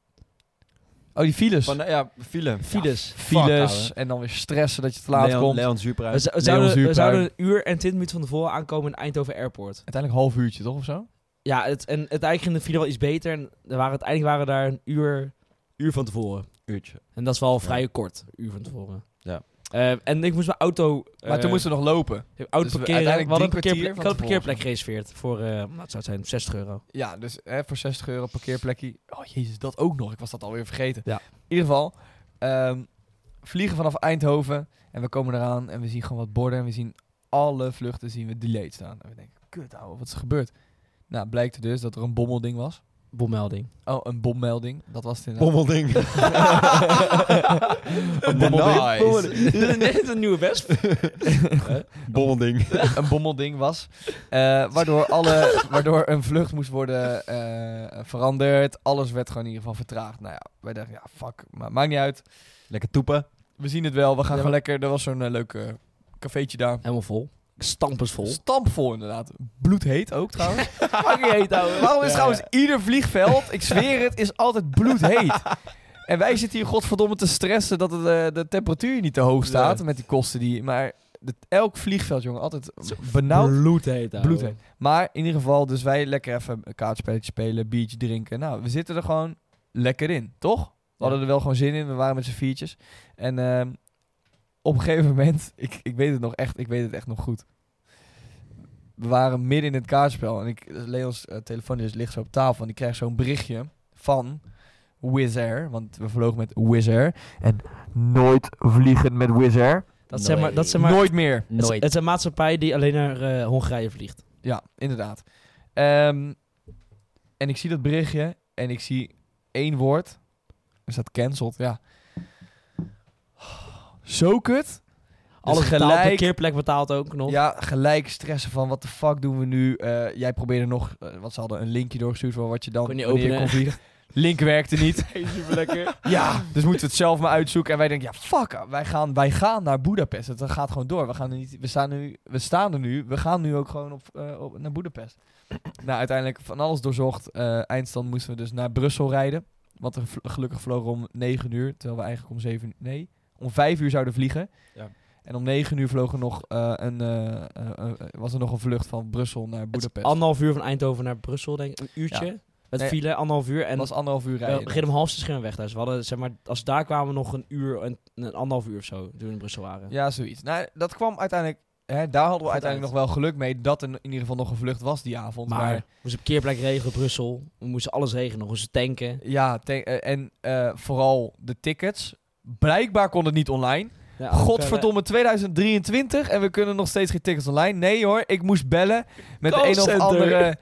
Oh, die files. Van, ja, file. Files. files. ouwe. En dan weer stressen dat je te laat Leon, komt. Leon We, Zuurpruis. z- we Leon zouden, we Zuurpruim. zouden een uur en twintig minuten van tevoren aankomen in Eindhoven Airport. Uiteindelijk een half uurtje, toch? Of zo? Ja, het, en het eigenlijk ging de file wel iets beter. En er waren, uiteindelijk waren we daar een uur, uur van tevoren. Uurtje. En dat is wel vrij kort, een uur van tevoren. Ja. Eh, en ik moest mijn auto... Maar eh, toen moesten we nog lopen. auto dus we- parkeren. We uiteindelijk hadden een, drie parkeerplek, kwartier ik had een van parkeerplek tevoren. gereserveerd voor, eh wat zou het zijn, zestig euro. Ja, dus hè, voor zestig euro parkeerplekje. Oh jezus, dat ook nog. Ik was dat alweer vergeten. Ja. In ieder geval, ehm, vliegen vanaf Eindhoven. En we komen eraan en we zien gewoon wat borden. En we zien alle vluchten zien we delayed staan. En we denken, kut ouwe, wat is er gebeurd? Nou, blijkt er dus dat er een bommelding was. Bommelding. Oh, een bommelding. Dat was het inderdaad. Bommelding. Een bommelding. Nice. Dit is net een nieuwe wesp. Bommelding. Een bommelding was. eh, waardoor, alle, waardoor een vlucht moest worden eh, veranderd. Alles werd gewoon in ieder geval vertraagd. Nou ja, wij dachten, ja, fuck, maar maakt niet uit. Lekker toepen. We zien het wel, we gaan Ja, gewoon maar- lekker. Er was zo'n eh, leuk eh, cafeetje daar. Helemaal vol. Stampensvol. Stampvol inderdaad. Bloedheet ook trouwens. Fucking heet, ouwe. Waarom is Ja, trouwens ja. ieder vliegveld, ik zweer het, is altijd bloedheet. En wij zitten hier godverdomme te stressen dat het, eh, de temperatuur niet te hoog staat Ja. met die kosten die... Maar de, elk vliegveld, jongen, altijd benauwd. Bloedheet, ouwe. Bloedheet. Maar in ieder geval, dus wij lekker even een kaartspelletje spelen, biertje drinken. Nou, we zitten er gewoon lekker in, toch? We hadden er wel gewoon zin in, we waren met z'n viertjes. En ehm, op een gegeven moment, ik, ik weet het nog echt, ik weet het echt nog goed. We waren midden in het kaartspel en ik, Leons uh, telefoon dus ligt zo op tafel en ik krijg zo'n berichtje van Wizz Air, want we vlogen met Wizz Air. En nooit vliegen met Wizz Air. Dat zeg maar, dat zeg maar, Nooit meer. het, is, het is een maatschappij die alleen naar eh, Hongarije vliegt. Ja, inderdaad. Ehm, en ik zie dat berichtje en ik zie één woord. Er staat cancelled, ja. Zo kut. Alles Dus gelijk. gelijk, Parkeerplek betaalt ook nog. ja, gelijk stressen van wat de fuck doen we nu. Eh, jij probeerde nog, uh, wat ze hadden, een linkje doorgestuurd voor wat je dan Kon niet wanneer je openen. kon vliegen. Link werkte niet. Super lekker. Ja, dus moeten we het zelf maar uitzoeken. En wij denken, ja, fuck, wij gaan, wij gaan naar Boedapest. Het gaat gewoon door. We, gaan er niet, we, staan nu, we staan er nu. We gaan nu ook gewoon op, uh, op, naar Boedapest. Nou, uiteindelijk van alles doorzocht. Uh, eindstand moesten we dus naar Brussel rijden. Want er vl- gelukkig vlogen om negen uur. Terwijl we eigenlijk om zeven uur, nee, om vijf uur zouden vliegen. Ja. En om negen uur vlogen nog uh, een, uh, uh, uh, was er nog een vlucht van Brussel naar Boedapest. Anderhalf uur van Eindhoven naar Brussel, denk ik. Een uurtje. Ja. Met Nee, file, anderhalf uur. En En was anderhalf uur we rijden. beginnen om half zes gingen we weg. Dus we hadden, zeg maar, als we daar kwamen nog een uur en een anderhalf uur of zo, toen we in Brussel waren. Ja, zoiets. Nou, dat kwam uiteindelijk... Hè, daar hadden we Goed uiteindelijk uit. nog wel geluk mee dat er in ieder geval nog een vlucht was die avond. Maar, Maar, we moesten een parkeerplek regelen, Brussel. We moesten alles regelen, nog eens tanken. ja, te- uh, en uh, vooral de tickets. Blijkbaar kon het niet online. Ja, Godverdomme, tweeduizend drieëntwintig en we kunnen nog steeds geen tickets online. Nee hoor, ik moest bellen met een of Callcenter. andere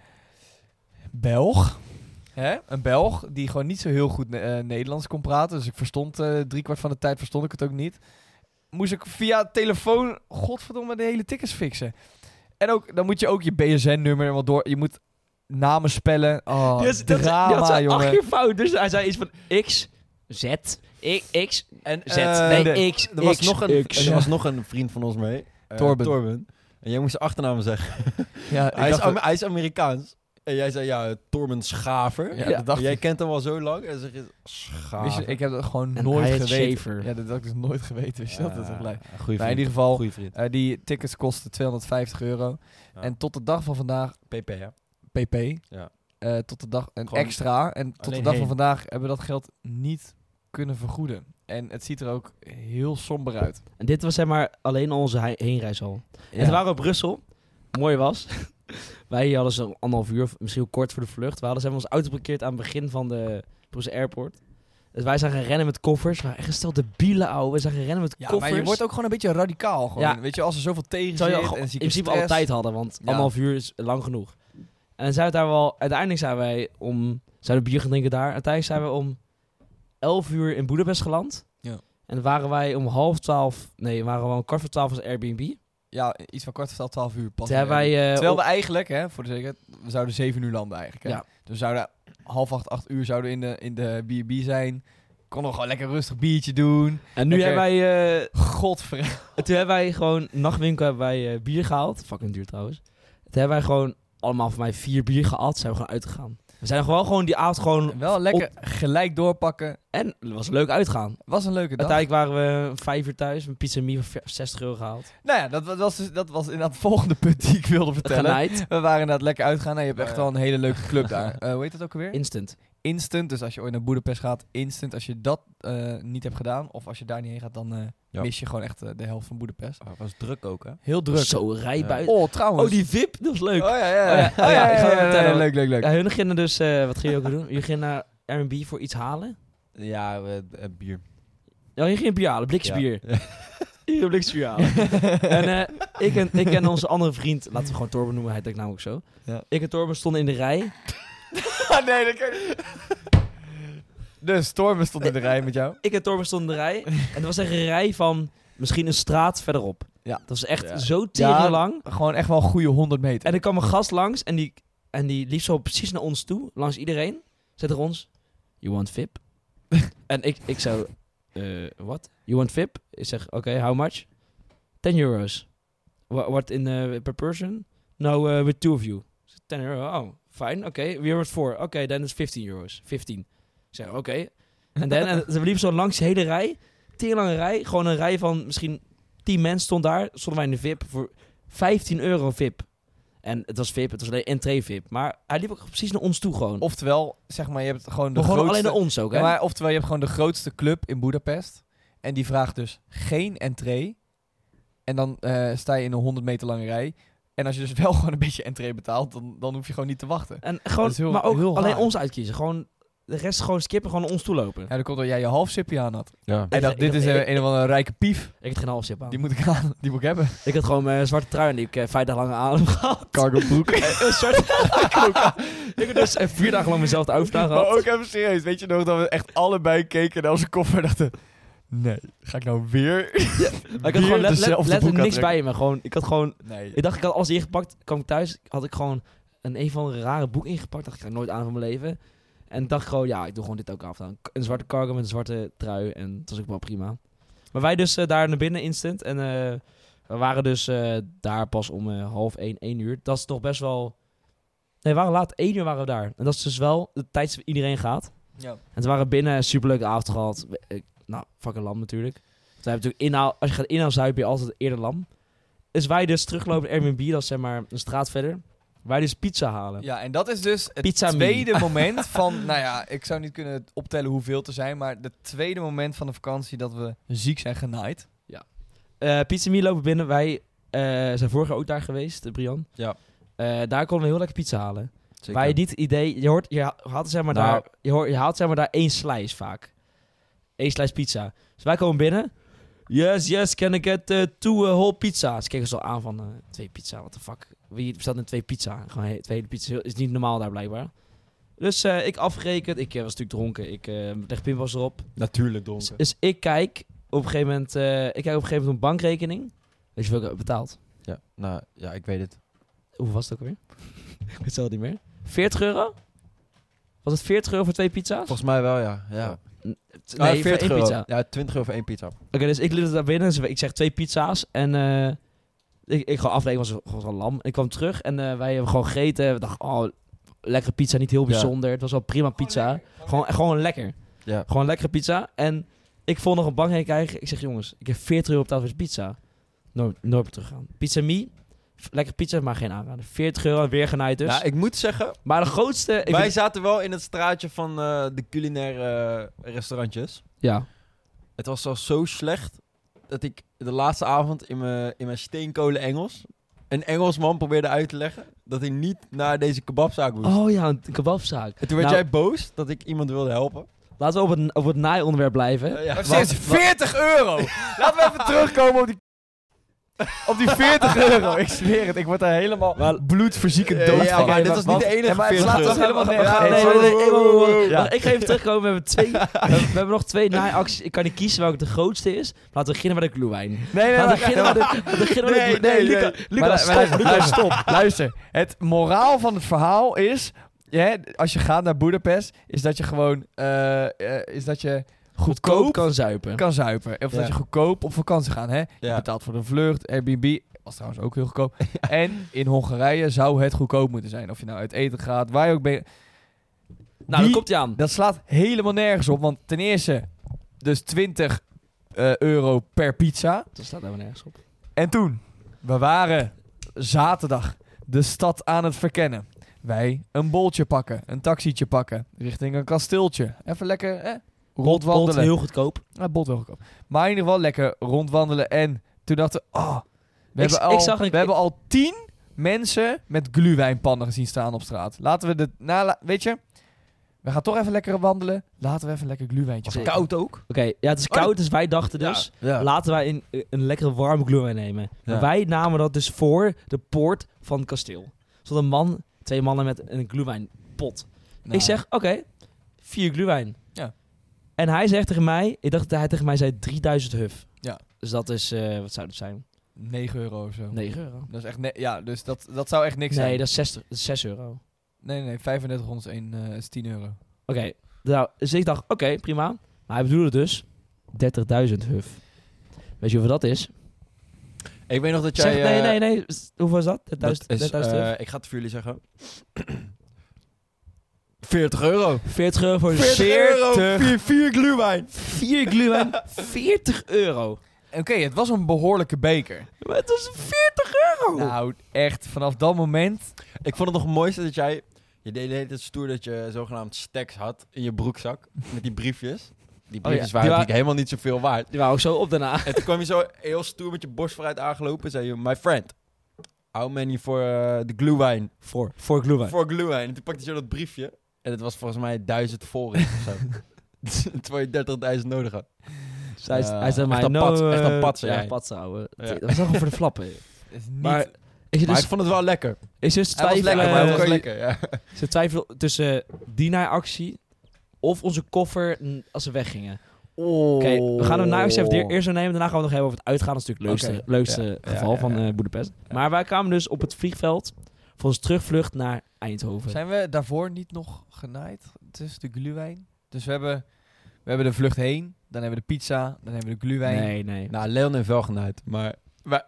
Belg. Hè? Een Belg die gewoon niet zo heel goed uh, Nederlands kon praten. Dus ik verstond uh, driekwart van de tijd verstond ik het ook niet. Moest ik via telefoon, godverdomme, de hele tickets fixen. En ook, dan moet je ook je B S N-nummer wat door. Je moet namen spellen. Oh, Die had- dat- drama, die had zijn jongen. acht keer fout. Dus hij zei iets van X, Z, I, X, En Z. eh, nee, de- X, er was, X, nog een, X. er was nog een vriend van ons mee. Uh, Torben. Torben. En jij moest zijn achternaam zeggen. Ja, ik hij, is, dacht Am- hij is Amerikaans. En jij zei, ja, Torben Schaver. Ja, Ja, dat dacht en jij ik. kent hem al zo lang. En dan zeg je, Schaver. Wist je, ik heb dat gewoon En nooit hij heet geweten. Schaefer. Ja, dat had ik dus nooit geweten. Wist je dat? Dat is echt blij. Goeie Maar in vriend. ieder geval, Goeie vriend. uh, die tickets kosten tweehonderdvijftig euro. Ja. En tot de dag van vandaag, P P, ja. P P, Ja. uh, tot de dag, en Gewoon extra. En tot de alleen dag heen. van vandaag hebben we dat geld niet kunnen vergoeden. En het ziet er ook heel somber uit. En dit was zeg maar alleen al onze he- heenreis al. Ja. En toen waren we op Brussel. Mooi was. Wij hadden zo'n anderhalf uur, of misschien ook kort voor de vlucht. We hadden zeg maar ons auto geparkeerd aan het begin van de Brussel Airport. Dus wij zijn gaan rennen met koffers. We waren echt gesteld de bielen, ouwe. We zijn gaan rennen met Ja, koffers. maar je wordt ook gewoon een beetje radicaal. Gewoon. Ja. Weet je, als er zoveel tegen Terwijl je zit al- en in zieke principe alle stress. tijd hadden, want Ja. anderhalf uur is lang genoeg. En dan zijn we daar wel... Uiteindelijk zijn wij om... Zouden bier gaan drinken daar. Uiteindelijk zijn we om elf uur in Boedapest geland. Ja. En dan waren wij om half twaalf... Nee, waren we om kwart voor twaalf als Airbnb. Ja, iets van kwart voor twaalf uur pas. Toen hebben wij... eh, Terwijl op- we eigenlijk, hè, voor de zekerheid, we zouden zeven uur landen eigenlijk. Hè? Ja. Dus we zouden half acht, acht uur zouden we in de, in de B en B zijn. Konden we gewoon lekker rustig biertje doen. En nu Lekker- hebben wij... eh, Godver... toen hebben wij gewoon... Nachtwinkel hebben wij eh, bier gehaald. Fucking duur trouwens. Toen hebben wij gewoon allemaal voor mij vier bier gehad. Zijn we gewoon uitgegaan. We zijn gewoon, gewoon die avond gewoon... Wel lekker gelijk doorpakken. En het was leuk uitgaan. Was een leuke dag. Uiteindelijk waren we vijf uur thuis. Een pizza mie voor zestig euro gehaald. Nou ja, dat, wa- was dus, dat was inderdaad het volgende punt die ik wilde vertellen. Genaaid. We waren inderdaad lekker uitgaan. En je hebt echt Ja. wel een hele leuke club daar. Eh, hoe heet dat ook alweer? Instant. Instant. Dus als je ooit naar Boedapest gaat, Instant. Als je dat eh, niet hebt gedaan, of als je daar niet heen gaat, dan eh, Ja. mis je gewoon echt eh, de helft van Boedapest. Ah, was druk ook, hè? Heel druk. Zo, rij Ja. buiten. Oh, trouwens. Oh, die V I P, dat was leuk. Oh ja, ja. Oh ja, oh ja, ik ga het vertellen. Leuk, leuk, leuk. Ja, hun gingen dus... eh, wat ging je ook doen? Je ging naar Airbnb voor iets halen. Ja, we, eh, bier. Ja, je ging een bier halen. Blikjes bier. Ja. Je ging een blikjes bier halen. en eh, ik, en, ik en onze andere vriend... Laten we gewoon Torben noemen. Hij denkt namelijk zo. Ja. Ik en Torben stonden in de rij. Ah, nee, dat kan niet. De stormen stond in de rij met jou. Ik en Torben stonden in de rij. En er was echt een rij van misschien een straat verderop. Ja. Dat was echt Ja. zo tering lang. Gewoon echt wel een goede honderd meter. En er kwam een gast langs en die, en die liep zo precies naar ons toe, langs iedereen. Zei tegen ons, you want V I P? En ik, ik zo, uh, what? You want V I P? Ik zeg, oké, okay, how much? ten euro's. What, what in uh, per person? No, uh, with two of you. ten euro, oh, fine, oké. Okay. We are with four. Oké, okay, then it's fifteen euro's. fifteen. Ik zeg, oké. Okay. En dan, en ze liepen zo langs de hele rij. Tien lange rij. Gewoon een rij van misschien tien mensen stond daar. Stonden wij in de V I P voor vijftien euro V I P. En het was V I P, het was alleen entree V I P. Maar hij liep ook precies naar ons toe gewoon. Oftewel, zeg maar, je hebt gewoon de Maar gewoon grootste... alleen naar ons ook, hè? Ja, maar oftewel, je hebt gewoon de grootste club in Boedapest. En die vraagt dus geen entree. En dan uh, sta je in een honderd meter lange rij. En als je dus wel gewoon een beetje entree betaalt, dan, dan hoef je gewoon niet te wachten. En gewoon, Dat is heel- maar ook heel alleen raar. ons uitkiezen. Gewoon de rest gewoon skippen, gewoon naar ons toe lopen. Ja, dan komt dat jij je half sipje aan had. Ja. Hij dacht, ik- dit ik- is ik- een, een of andere rijke pief. Ik had geen half sip aan. Die moet ik aan, die moet ik hebben. Ik had gewoon mijn zwarte trui en die heb ik eh, vijf dagen lang aan hem gehad. Cargo broek. Eh, een zwarte Ik heb dus eh, vier dagen lang mezelf de outfit aan Maar gehad. ook even serieus, weet je nog dat we echt allebei keken naar onze koffer en dachten... Nee, ga ik nou weer, Maar ik had weer gewoon let, let, dezelfde letterlijk broek niks aantrekken? bij me. Gewoon, ik had gewoon... Nee. Ik dacht, ik had alles ingepakt. Kwam ik thuis, had ik gewoon een een van de rare boek ingepakt. Dacht ik, ga ik nooit aan van mijn leven. En dacht gewoon, ja, ik doe gewoon dit ook af. Dan. Een zwarte cargo met een zwarte trui. En het was ook wel prima. Maar wij dus uh, daar naar binnen instant. En uh, we waren dus uh, daar pas om uh, half één, één uur. Dat is toch best wel... Nee, we waren laat. één uur waren we daar. En dat is dus wel de tijd dat iedereen gaat. Ja. En toen waren we binnen, superleuke avond gehad. Ik, nou, fucking lam natuurlijk. we hebben natuurlijk inhaal, als je gaat inhaal zuipen, je altijd eerder lam. Dus wij dus teruglopen naar Airbnb, dat is zeg maar een straat verder. Wij dus pizza halen. Ja, en dat is dus het Pizza tweede moment van... Nou ja, ik zou niet kunnen optellen hoeveel te zijn... maar het tweede moment van de vakantie dat we ziek zijn genaaid. Uh, Pizza Me lopen binnen. Wij uh, zijn vorig jaar ook daar geweest, uh, Brian. Ja. Uh, daar konden we heel lekker pizza halen. Zeker. Wij niet het idee... Je, hoort, je haalt zeg maar Nou. daar... Je, hoort, je haalt zeg maar daar één slice vaak. Eén slice pizza. Dus wij komen binnen. Yes, yes, can I get uh, two uh, whole pizza? Ze kijken zo aan van... Uh, twee pizza, what the fuck? Wie bestelt een twee pizza? Gewoon he- twee hele pizza. Is niet normaal daar blijkbaar. Dus uh, ik afgerekend. Ik uh, was natuurlijk dronken. Ik uh, leg pinpas erop. Natuurlijk Dus, dronken. dus ik kijk op een gegeven moment... Uh, ik kijk op een gegeven moment een bankrekening. Weet je hoeveel ik heb betaald? Ja, nou, ja, ik weet het. Hoeveel was het ook alweer? ik weet het zelf niet meer. veertig euro? Was het veertig euro voor twee pizza's? Volgens mij wel, ja. ja. Nee, Ah, voor veertig één euro. pizza. Ja, twintig euro voor één pizza. Oké, dus ik liep daar binnen. Dus ik zeg twee pizza's. En uh, ik, ik gewoon afrekenen, was gewoon wel lam. Ik kwam terug en uh, wij hebben gewoon gegeten. We dachten, oh, lekkere pizza, niet heel Ja. bijzonder. Het was wel prima pizza. Gewoon, gewoon lekker. Ja. Gewoon lekkere pizza. En ik vond nog een bank heen krijgen. Ik zeg, jongens, ik heb veertig euro betaald voor deze pizza. Nooit, nooit meer teruggaan. Pizza Me. Lekker pizza, maar geen aanrader. veertig euro, weer genaaid dus. Nou, ik moet zeggen, maar de grootste... Ik wij vind- zaten wel in het straatje van uh, de culinaire uh, restaurantjes. Ja. Het was al zo slecht dat ik de laatste avond in mijn, in mijn steenkolen Engels een Engelsman probeerde uit te leggen dat hij niet naar deze kebabzaak moest. Oh ja, een kebabzaak. En toen werd Nou, jij boos dat ik iemand wilde helpen. Laten we op het, op het naai-onderwerp blijven. Uh, ja. Maar Wat- steeds veertig euro! Laten we even terugkomen op die... Op die veertig euro, ik zweer het. Ik word daar helemaal Maar- bloedverziekend Ja, dood ja, van. maar dit was niet de enige Ja, maar het veertig slaat euro. ons helemaal we nergens gaan- op. nee, nee, nee, nee, wacht, wacht, wacht. Ja. Wacht, ik ga even terugkomen. We hebben twee. we, we hebben nog twee naaiacties. Ik kan niet kiezen welke de grootste is. Laten we beginnen bij de glühwein. Nee, nee, Laten we nee. beginnen bij de, laten we beginnen bij de Nee, glühwein. Nee, nee, Luca, nee. Luca, Maar- stop. maar- Luca, luister, stop. Luister, het moraal van het verhaal is... Ja, als je gaat naar Budapest, is dat je gewoon... eh, eh, is dat je Goedkoop goedkoop kan zuipen. kan zuipen. Of Ja. dat je goedkoop op vakantie gaat. Hè? Je Ja. betaalt voor de vlucht, Airbnb... Was trouwens ook heel goedkoop. En in Hongarije zou het goedkoop moeten zijn. Of je nou uit eten gaat, waar je ook ben. Nou, dan Wie- komt hij aan. Dat slaat helemaal nergens op. Want ten eerste, dus twintig eh, euro per pizza. Dat staat helemaal nergens op. En toen, we waren zaterdag de stad aan het verkennen. Wij een boltje pakken, een taxietje pakken, richting een kasteeltje. Even lekker eh, Bolt rondwandelen. heel goedkoop. Ja, Bolt wel goedkoop. Maar in ieder geval lekker rondwandelen. En toen dachten we, oh, we, Ik- hebben, ik al, zag een- we hebben al tien mensen met glühweinpannen gezien staan op straat. Laten we de, na, weet je, we gaan toch even lekker wandelen. Laten we even lekker glühweintje Was het pakken. Koud ook. Oké, ja, het is Oh. koud, dus wij dachten dus... Ja. Laten wij een, een lekkere warme glühwein nemen. Maar Ja. wij namen dat dus voor de poort van het kasteel. Er stond een man, twee mannen met een glühweinpot. Nou, Ik zeg, oké, vier glühwein. Ja. En hij zegt tegen mij, ik dacht dat hij tegen mij zei drieduizend huf. Ja. Dus dat is, eh, wat zou dat zijn? negen euro of zo. negen euro. Dat is echt, ne- ja, dus dat, dat zou echt niks Nee, zijn. dat is, zestig, dat is zes euro. Nee, nee, nee, vijfendertig is, één, eh, is tien euro. Oké, nou, dus ik dacht, oké, prima. Maar hij bedoelde dus dertigduizend huf. Weet je hoeveel dat is? Ik weet nog dat jij... Zeg, nee, eh, nee, nee. Hoeveel is dat? Dat dertigduizend is, dertigduizend huf? eh, ik ga het voor jullie zeggen. veertig euro. veertig euro voor veertig. Vier, vier glühwein. vier glühwein. veertig euro. Oké, het was een behoorlijke beker. Maar het was veertig euro. Nou, echt, vanaf dat moment... Ik vond het nog het mooiste dat jij... Je deed de hele tijd stoer dat je zogenaamd stacks had in je broekzak. Met die briefjes. Die briefjes Oh ja, waren die wa- natuurlijk helemaal niet zoveel waard. Die wou ik zo op daarna. En toen kwam je zo heel stoer met je borst vooruit aangelopen. En zei je, my friend, how many voor eh, de glühwein? Voor, voor glühwein. Voor glühwein. En toen pakte je zo dat briefje. En het was volgens mij duizend voor of zo. Terwijl je dertigduizend nodig had. Dus hij, Ja, hij zei mij, echt een no, pats- echt een eh, patser, Ja, jij. patser, ouwe. Ja. Dat was gewoon voor de flappen. Is niet... Maar ik zit Maar dus, ik vond het wel lekker. ik zit dus Hij was twijfelen, lekker, maar hij eh, was kan je- lekker, ja. ik zit twijfelen tussen die naaiactie of onze koffer n- als we weggingen. Oké, we gaan de naaiactie even de- eerst zo nemen. Daarna gaan we nog even over het uitgaan. Dat is natuurlijk het leukste, Oké. leukste Ja, geval ja, ja, van ja. eh Boedapest. Ja. Maar wij kwamen dus op het vliegveld voor onze terugvlucht naar Eindhoven. Zijn we daarvoor niet nog genaaid tussen de glühwein? Dus we hebben, we hebben de vlucht heen, dan hebben we de pizza, dan hebben we de glühwein. Nee, nee. Nou, Leon heeft wel genaaid, maar... maar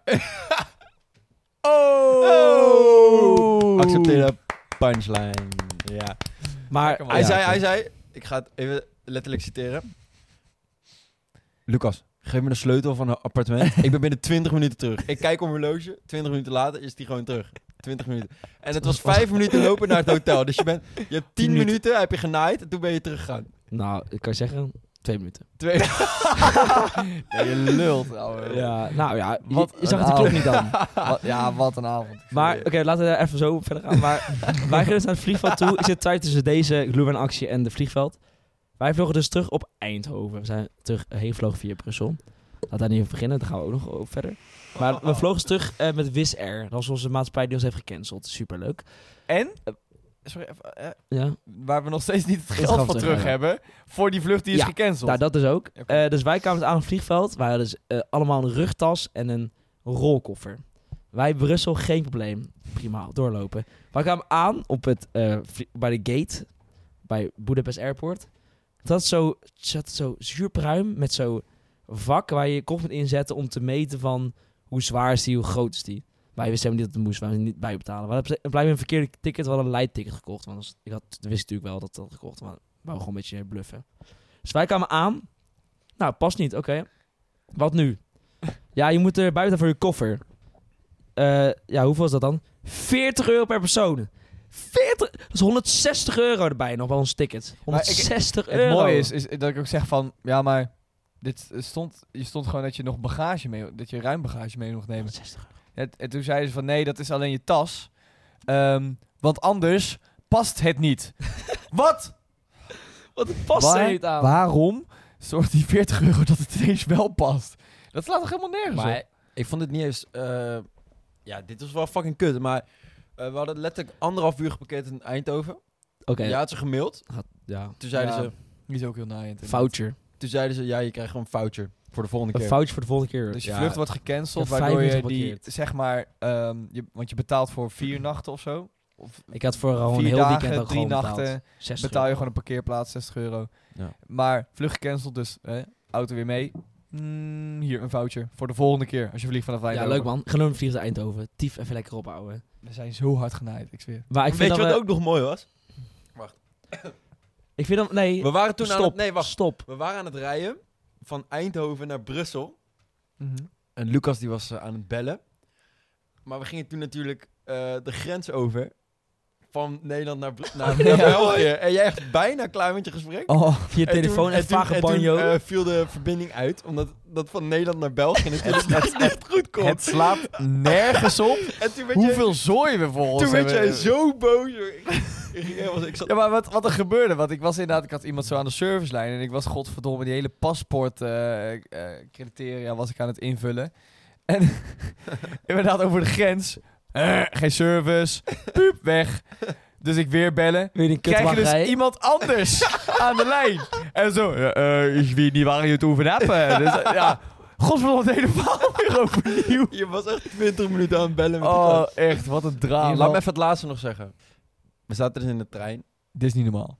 Oh! accepteer de punchline. Ja. Maar Lekker, man. Hij, Ja, zei, oké. hij zei, ik ga het even letterlijk citeren. Lucas, geef me de sleutel van een appartement. Ik ben binnen twintig minuten terug. Ik kijk op mijn horloge, twintig minuten later is die gewoon terug. twintig minuten. En het was vijf minuten lopen naar het hotel. Dus je, bent, je hebt tien minuten, minuten, heb je genaaid en toen ben je teruggegaan. Nou, ik kan je zeggen, twee minuten. Twee... nee, je lult, ouwe. Ja, nou ja, je, Wat je zag een het de klok avond. niet dan. Wat, ja, wat een avond. Maar oké, laten we even zo verder gaan. Maar wij gaan dus naar het vliegveld toe. Is het tijd tussen deze Glühwein-actie en de vliegveld. Wij vlogen dus terug op Eindhoven. We zijn terug heen gevlogen via Brussel. Laten we daar niet over beginnen, daar gaan we ook nog over verder. Maar we vlogen dus terug uh, met Wizz Air. Dat was onze maatschappij die ons heeft gecanceld. Superleuk. En? Sorry, even, eh, Ja. waar we nog steeds niet het Het geld geld van terug, terug ja. hebben voor die vlucht die is Ja, gecanceld. Nou, dat dus ook. Ja, kom. Uh, dus wij kwamen aan het vliegveld. Wij hadden dus uh, allemaal een rugtas en een rolkoffer. Wij Brussel, geen probleem. Prima, doorlopen. Wij kwamen aan op het, uh, vlie- bij de gate, bij Budapest Airport. Dat zo, zat zo zuurpruim met zo'n vak waar je je kop moet inzetten om te meten van hoe zwaar is die, hoe groot is die. Wij wisten helemaal niet dat het moest, wij hebben niet bijbetalen. We hadden blijkbaar een verkeerde ticket, we hadden een light ticket gekocht. Want als- ik had, dat wist ik natuurlijk wel dat ik dat had gekocht, maar we wouden gewoon een beetje bluffen. Dus wij kwamen aan. Nou, past niet, oké. Wat nu? Ja, je moet er buiten voor je koffer. Uh, ja, hoeveel is dat dan? veertig euro per persoon. veertig, dat is honderdzestig euro erbij nog bij ons ticket. honderdzestig Het euro. mooie is, is dat ik ook zeg van, ja, maar dit stond, je stond gewoon dat je nog bagage mee, dat je ruim bagage mee mocht nemen. honderdzestig euro. Het, en toen zeiden ze van, nee, dat is alleen je tas, um, want anders past het niet. Wat? Wat het past Waar- er niet aan. Waarom zorgt die veertig euro dat het ineens wel past? Dat slaat toch helemaal nergens Maar op? ik vond het niet eens... uh, ja, dit was wel fucking kut. Maar uh, we hadden letterlijk anderhalf uur geparkeerd in Eindhoven. Oké. Okay. Ja, had ze gemaild. Had- ja. Toen zeiden Ja, ze... Die is ook heel naaiend. Voucher. Toen zeiden ze, ja, je krijgt gewoon een voucher. Voor de volgende Een keer. voucher voor de volgende keer. Dus je Ja. vlucht wordt gecanceld, Ik heb waardoor je vijf minuten die, geparkeerd. zeg maar, um, je, want je betaalt voor vier nachten of zo. Of Ik had voor gewoon een vier heel dagen, weekend ook drie gewoon nachten, betaald. zestig betaal je euro. gewoon een parkeerplaats, zestig euro. Ja. Maar vlucht gecanceld, dus hè, auto weer mee. Mm, hier, een voucher voor de volgende keer als je vliegt vanaf Ja, Eindhoven. leuk man. Genomen vliegen naar Eindhoven. Tief even lekker ophouden. We zijn zo hard genaaid, ik zweer. Maar ik Weet vind je dat wat we- ook nog mooi was? Ik vind dat... Nee. We waren toen stop. aan het... Nee, wacht. Stop. We waren aan het rijden van Eindhoven naar Brussel. Mhm. En Lucas die was uh, aan het bellen. Maar we gingen toen natuurlijk uh, de grens over. Van Nederland naar, Bru- naar, naar Ja. België. En jij echt bijna klaar met je gesprek. Oh, Via En telefoon toen- en toen- vage en toen, banjo. uh, viel de verbinding uit. Omdat dat van Nederland naar België natuurlijk niet echt goed komt. het slaat nergens op En toen werd, jij, hoeveel zooi we voor ons toen werd hebben. jij zo boos. joh. Ik, ik, ging helemaal- ik zat, Ja, maar wat, wat er gebeurde, want ik was inderdaad, ik had iemand zo aan de servicelijn en ik was godverdomme die hele paspoort eh, eh, criteria was ik aan het invullen. En inderdaad over de grens, eh, geen service, puup, weg. Dus ik weer bellen. Wil je die Krijg je dus kutwachtrij? iemand anders aan de lijn. En zo, ja, eh, ik weet niet waar je het over hebt. eh. Dus eh, ja, godverdomme het hele verhaal weer overnieuw. je was echt twintig minuten aan het bellen met die Oh, gast. echt, wat een drama. Laat me even het laatste nog zeggen. We zaten dus in de trein. Dit is niet normaal.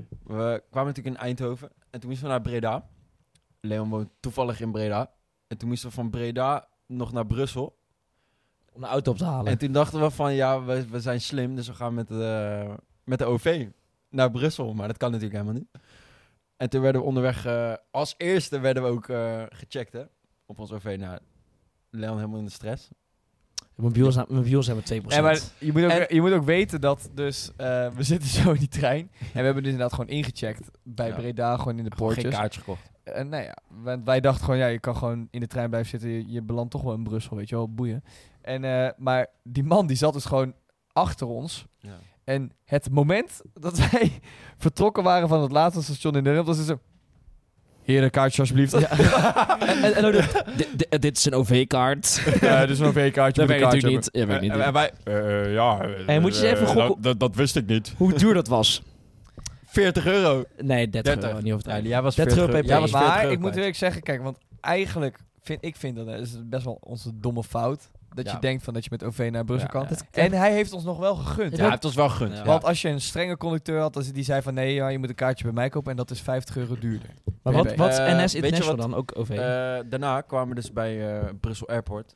We kwamen natuurlijk in Eindhoven. En toen moesten we naar Breda. Leon woont toevallig in Breda. En toen moesten we van Breda nog naar Brussel. Om de auto op te halen. En toen dachten we van, ja, we, we zijn slim. Dus we gaan met de, met de O V naar Brussel. Maar dat kan natuurlijk helemaal niet. En toen werden we onderweg... eh, als eerste werden we ook eh, gecheckt, hè. Op ons O V. Nou, Leon helemaal in de stress. Mijn wiels mijn wiels hebben twee Ja, procent. maar je moet, ook, En- je moet ook weten dat dus, eh, we zitten zo in die trein. En we hebben dus inderdaad gewoon ingecheckt bij Ja. Breda, gewoon in de Gewoon geen poortjes. kaartje gekocht. En nou ja, wij, wij dachten gewoon, ja, je kan gewoon in de trein blijven zitten. Je, je belandt toch wel in Brussel, weet je wel, boeien. En, eh, maar die man, die zat dus gewoon achter ons. Ja. En het moment dat wij vertrokken waren van het laatste station in Nederland, was het zo... Heer, een kaartje alsjeblieft. Ja. en, en, en ook de- di- di- dit is een O V-kaart. Ja, dus een O V-kaartje. Dat weet ik natuurlijk niet. Ja, weet ik niet. En wij... Eh, ja, Hey, moet je eens even eh, gokken- dat, dat, dat wist ik niet. Hoe duur dat was? veertig euro. Nee, dertig dertig. euro. Niet over Ja, het jij was dertig euro veertig per Jij was per veertig Maar euro ik moet kwijt. eerlijk zeggen, kijk, want eigenlijk vind ik vind dat dat is best wel onze domme fout. Dat Ja. je denkt van dat je met O V naar Brussel Ja, kan. ja. Dat- En hij heeft ons nog wel gegund. Ja, hij heeft ons wel gegund. Ja. Ja. Want als je een strenge conducteur had, dan die zei van nee, ja, je moet een kaartje bij mij kopen en dat is vijftig euro duurder. Maar B B. wat, wat is Eh, N S weet je International wat- dan? Ook O V? Eh, daarna kwamen we dus bij eh, Brussel Airport.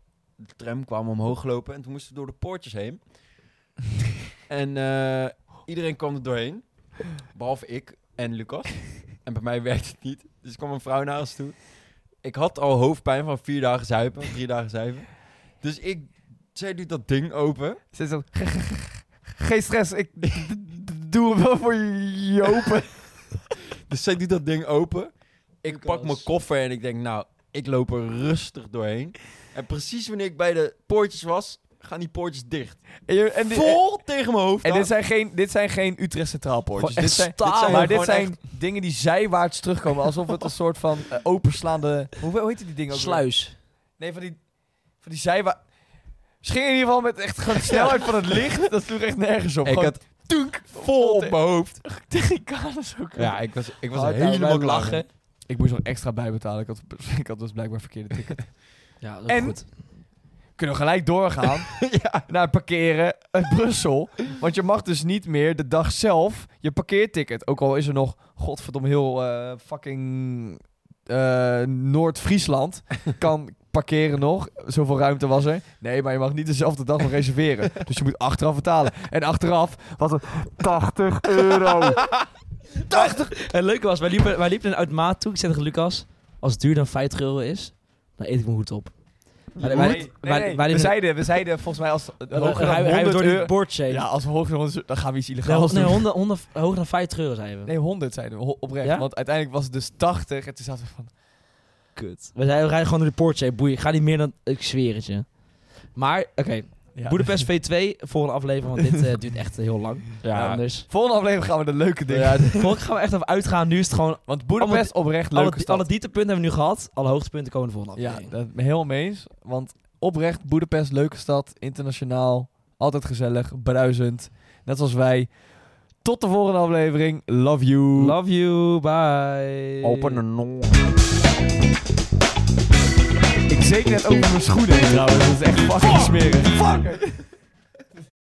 De tram kwam omhoog gelopen en toen moesten we door de poortjes heen. en eh, iedereen kwam er doorheen, behalve ik en Lucas. En bij mij werkte het niet. Dus er kwam een vrouw naar ons toe. ik had al hoofdpijn van vier dagen zuipen, drie dagen zuipen. Dus ik, zij doet dat ding open. Ze zo, "Ge- ge- ge- geen stress, ik d- d- doe hem wel voor je open. Dus zij doet dat ding open. Ik Lucas. pak mijn koffer en ik denk, nou, ik loop er rustig doorheen. En precies wanneer ik bij de poortjes was, gaan die poortjes dicht. En, je- en, di- Vol tegen mijn hoofd en aan. dit zijn geen, dit zijn geen Utrecht Centraal poortjes. Gewoon Dit echt zijn, staal. dit zijn, maar dit Gewoon zijn dingen die zijwaarts terugkomen. Alsof het een soort van eh, openslaande... Hoe, hoe heet die dingen ook? weer? Sluis. Nee, van die, van die zijwaarts... Ze gingen in ieder geval met echt gewoon de snelheid van het licht. Dat sloeg echt nergens op. Ik Gewoon had tunk vol op mijn hoofd. tegen Carlos ook. Ja, ik was, ik was Oh, helemaal nou, wij klaar. lachen. Ik moest nog extra bijbetalen. Ik had, ik had dus blijkbaar verkeerde ticket. Ja, dat is En- goed. Kunnen we gelijk doorgaan Ja. naar het parkeren uit Brussel. Want je mag dus niet meer de dag zelf je parkeerticket. Ook al is er nog, godverdomme, heel eh, fucking eh, Noord-Friesland kan parkeren nog. Zoveel ruimte was er. Nee, maar je mag niet dezelfde dag nog reserveren. Dus je moet achteraf betalen. En achteraf was het tachtig euro. tachtig! En het leuke was, wij liepen, wij liepen uit Maat toe. Ik zei tegen Lucas, als het duurder dan vijftig euro is, dan eet ik mijn hoed op. Maar Nee, wij- nee, wij- nee. wij we, liepen- zeiden, we zeiden volgens mij als Dan hoger dan rijden we honderd door die euro... bordchain. Ja, als we hoger dan honderd, dan gaan we iets nee, illegaals nee, doen. honderd, honderd, hoger dan vijftig euro zeiden we. Nee, honderd zeiden we, ho- oprecht. Ja? Want uiteindelijk was het dus tachtig. En toen zaten we van... Kut. We, zeiden, we rijden gewoon door de Porsche. Boeien. Ik ga niet meer dan... Ik zweer het je. Maar, oké. Ja. Boedapest V twee. Volgende aflevering. Want dit eh, duurt echt heel lang. Ja, Anders. Volgende aflevering gaan we de leuke dingen. Ja, volgende gaan we echt even uitgaan. Nu is het gewoon... Want Boedapest oprecht Alle, leuke stad. alle dieptepunten hebben we nu gehad. Alle hoogtepunten komen de volgende Ja, aflevering. dat ben ik helemaal mee eens. Want oprecht Boedapest leuke stad. Internationaal. Altijd gezellig. Bruisend. Net zoals wij. Tot de volgende aflevering. Love you. Love you. Bye. Open een non. Ik zeker net over mijn schoenen heen trouwens. Dat is echt fucking smerig. Fuck!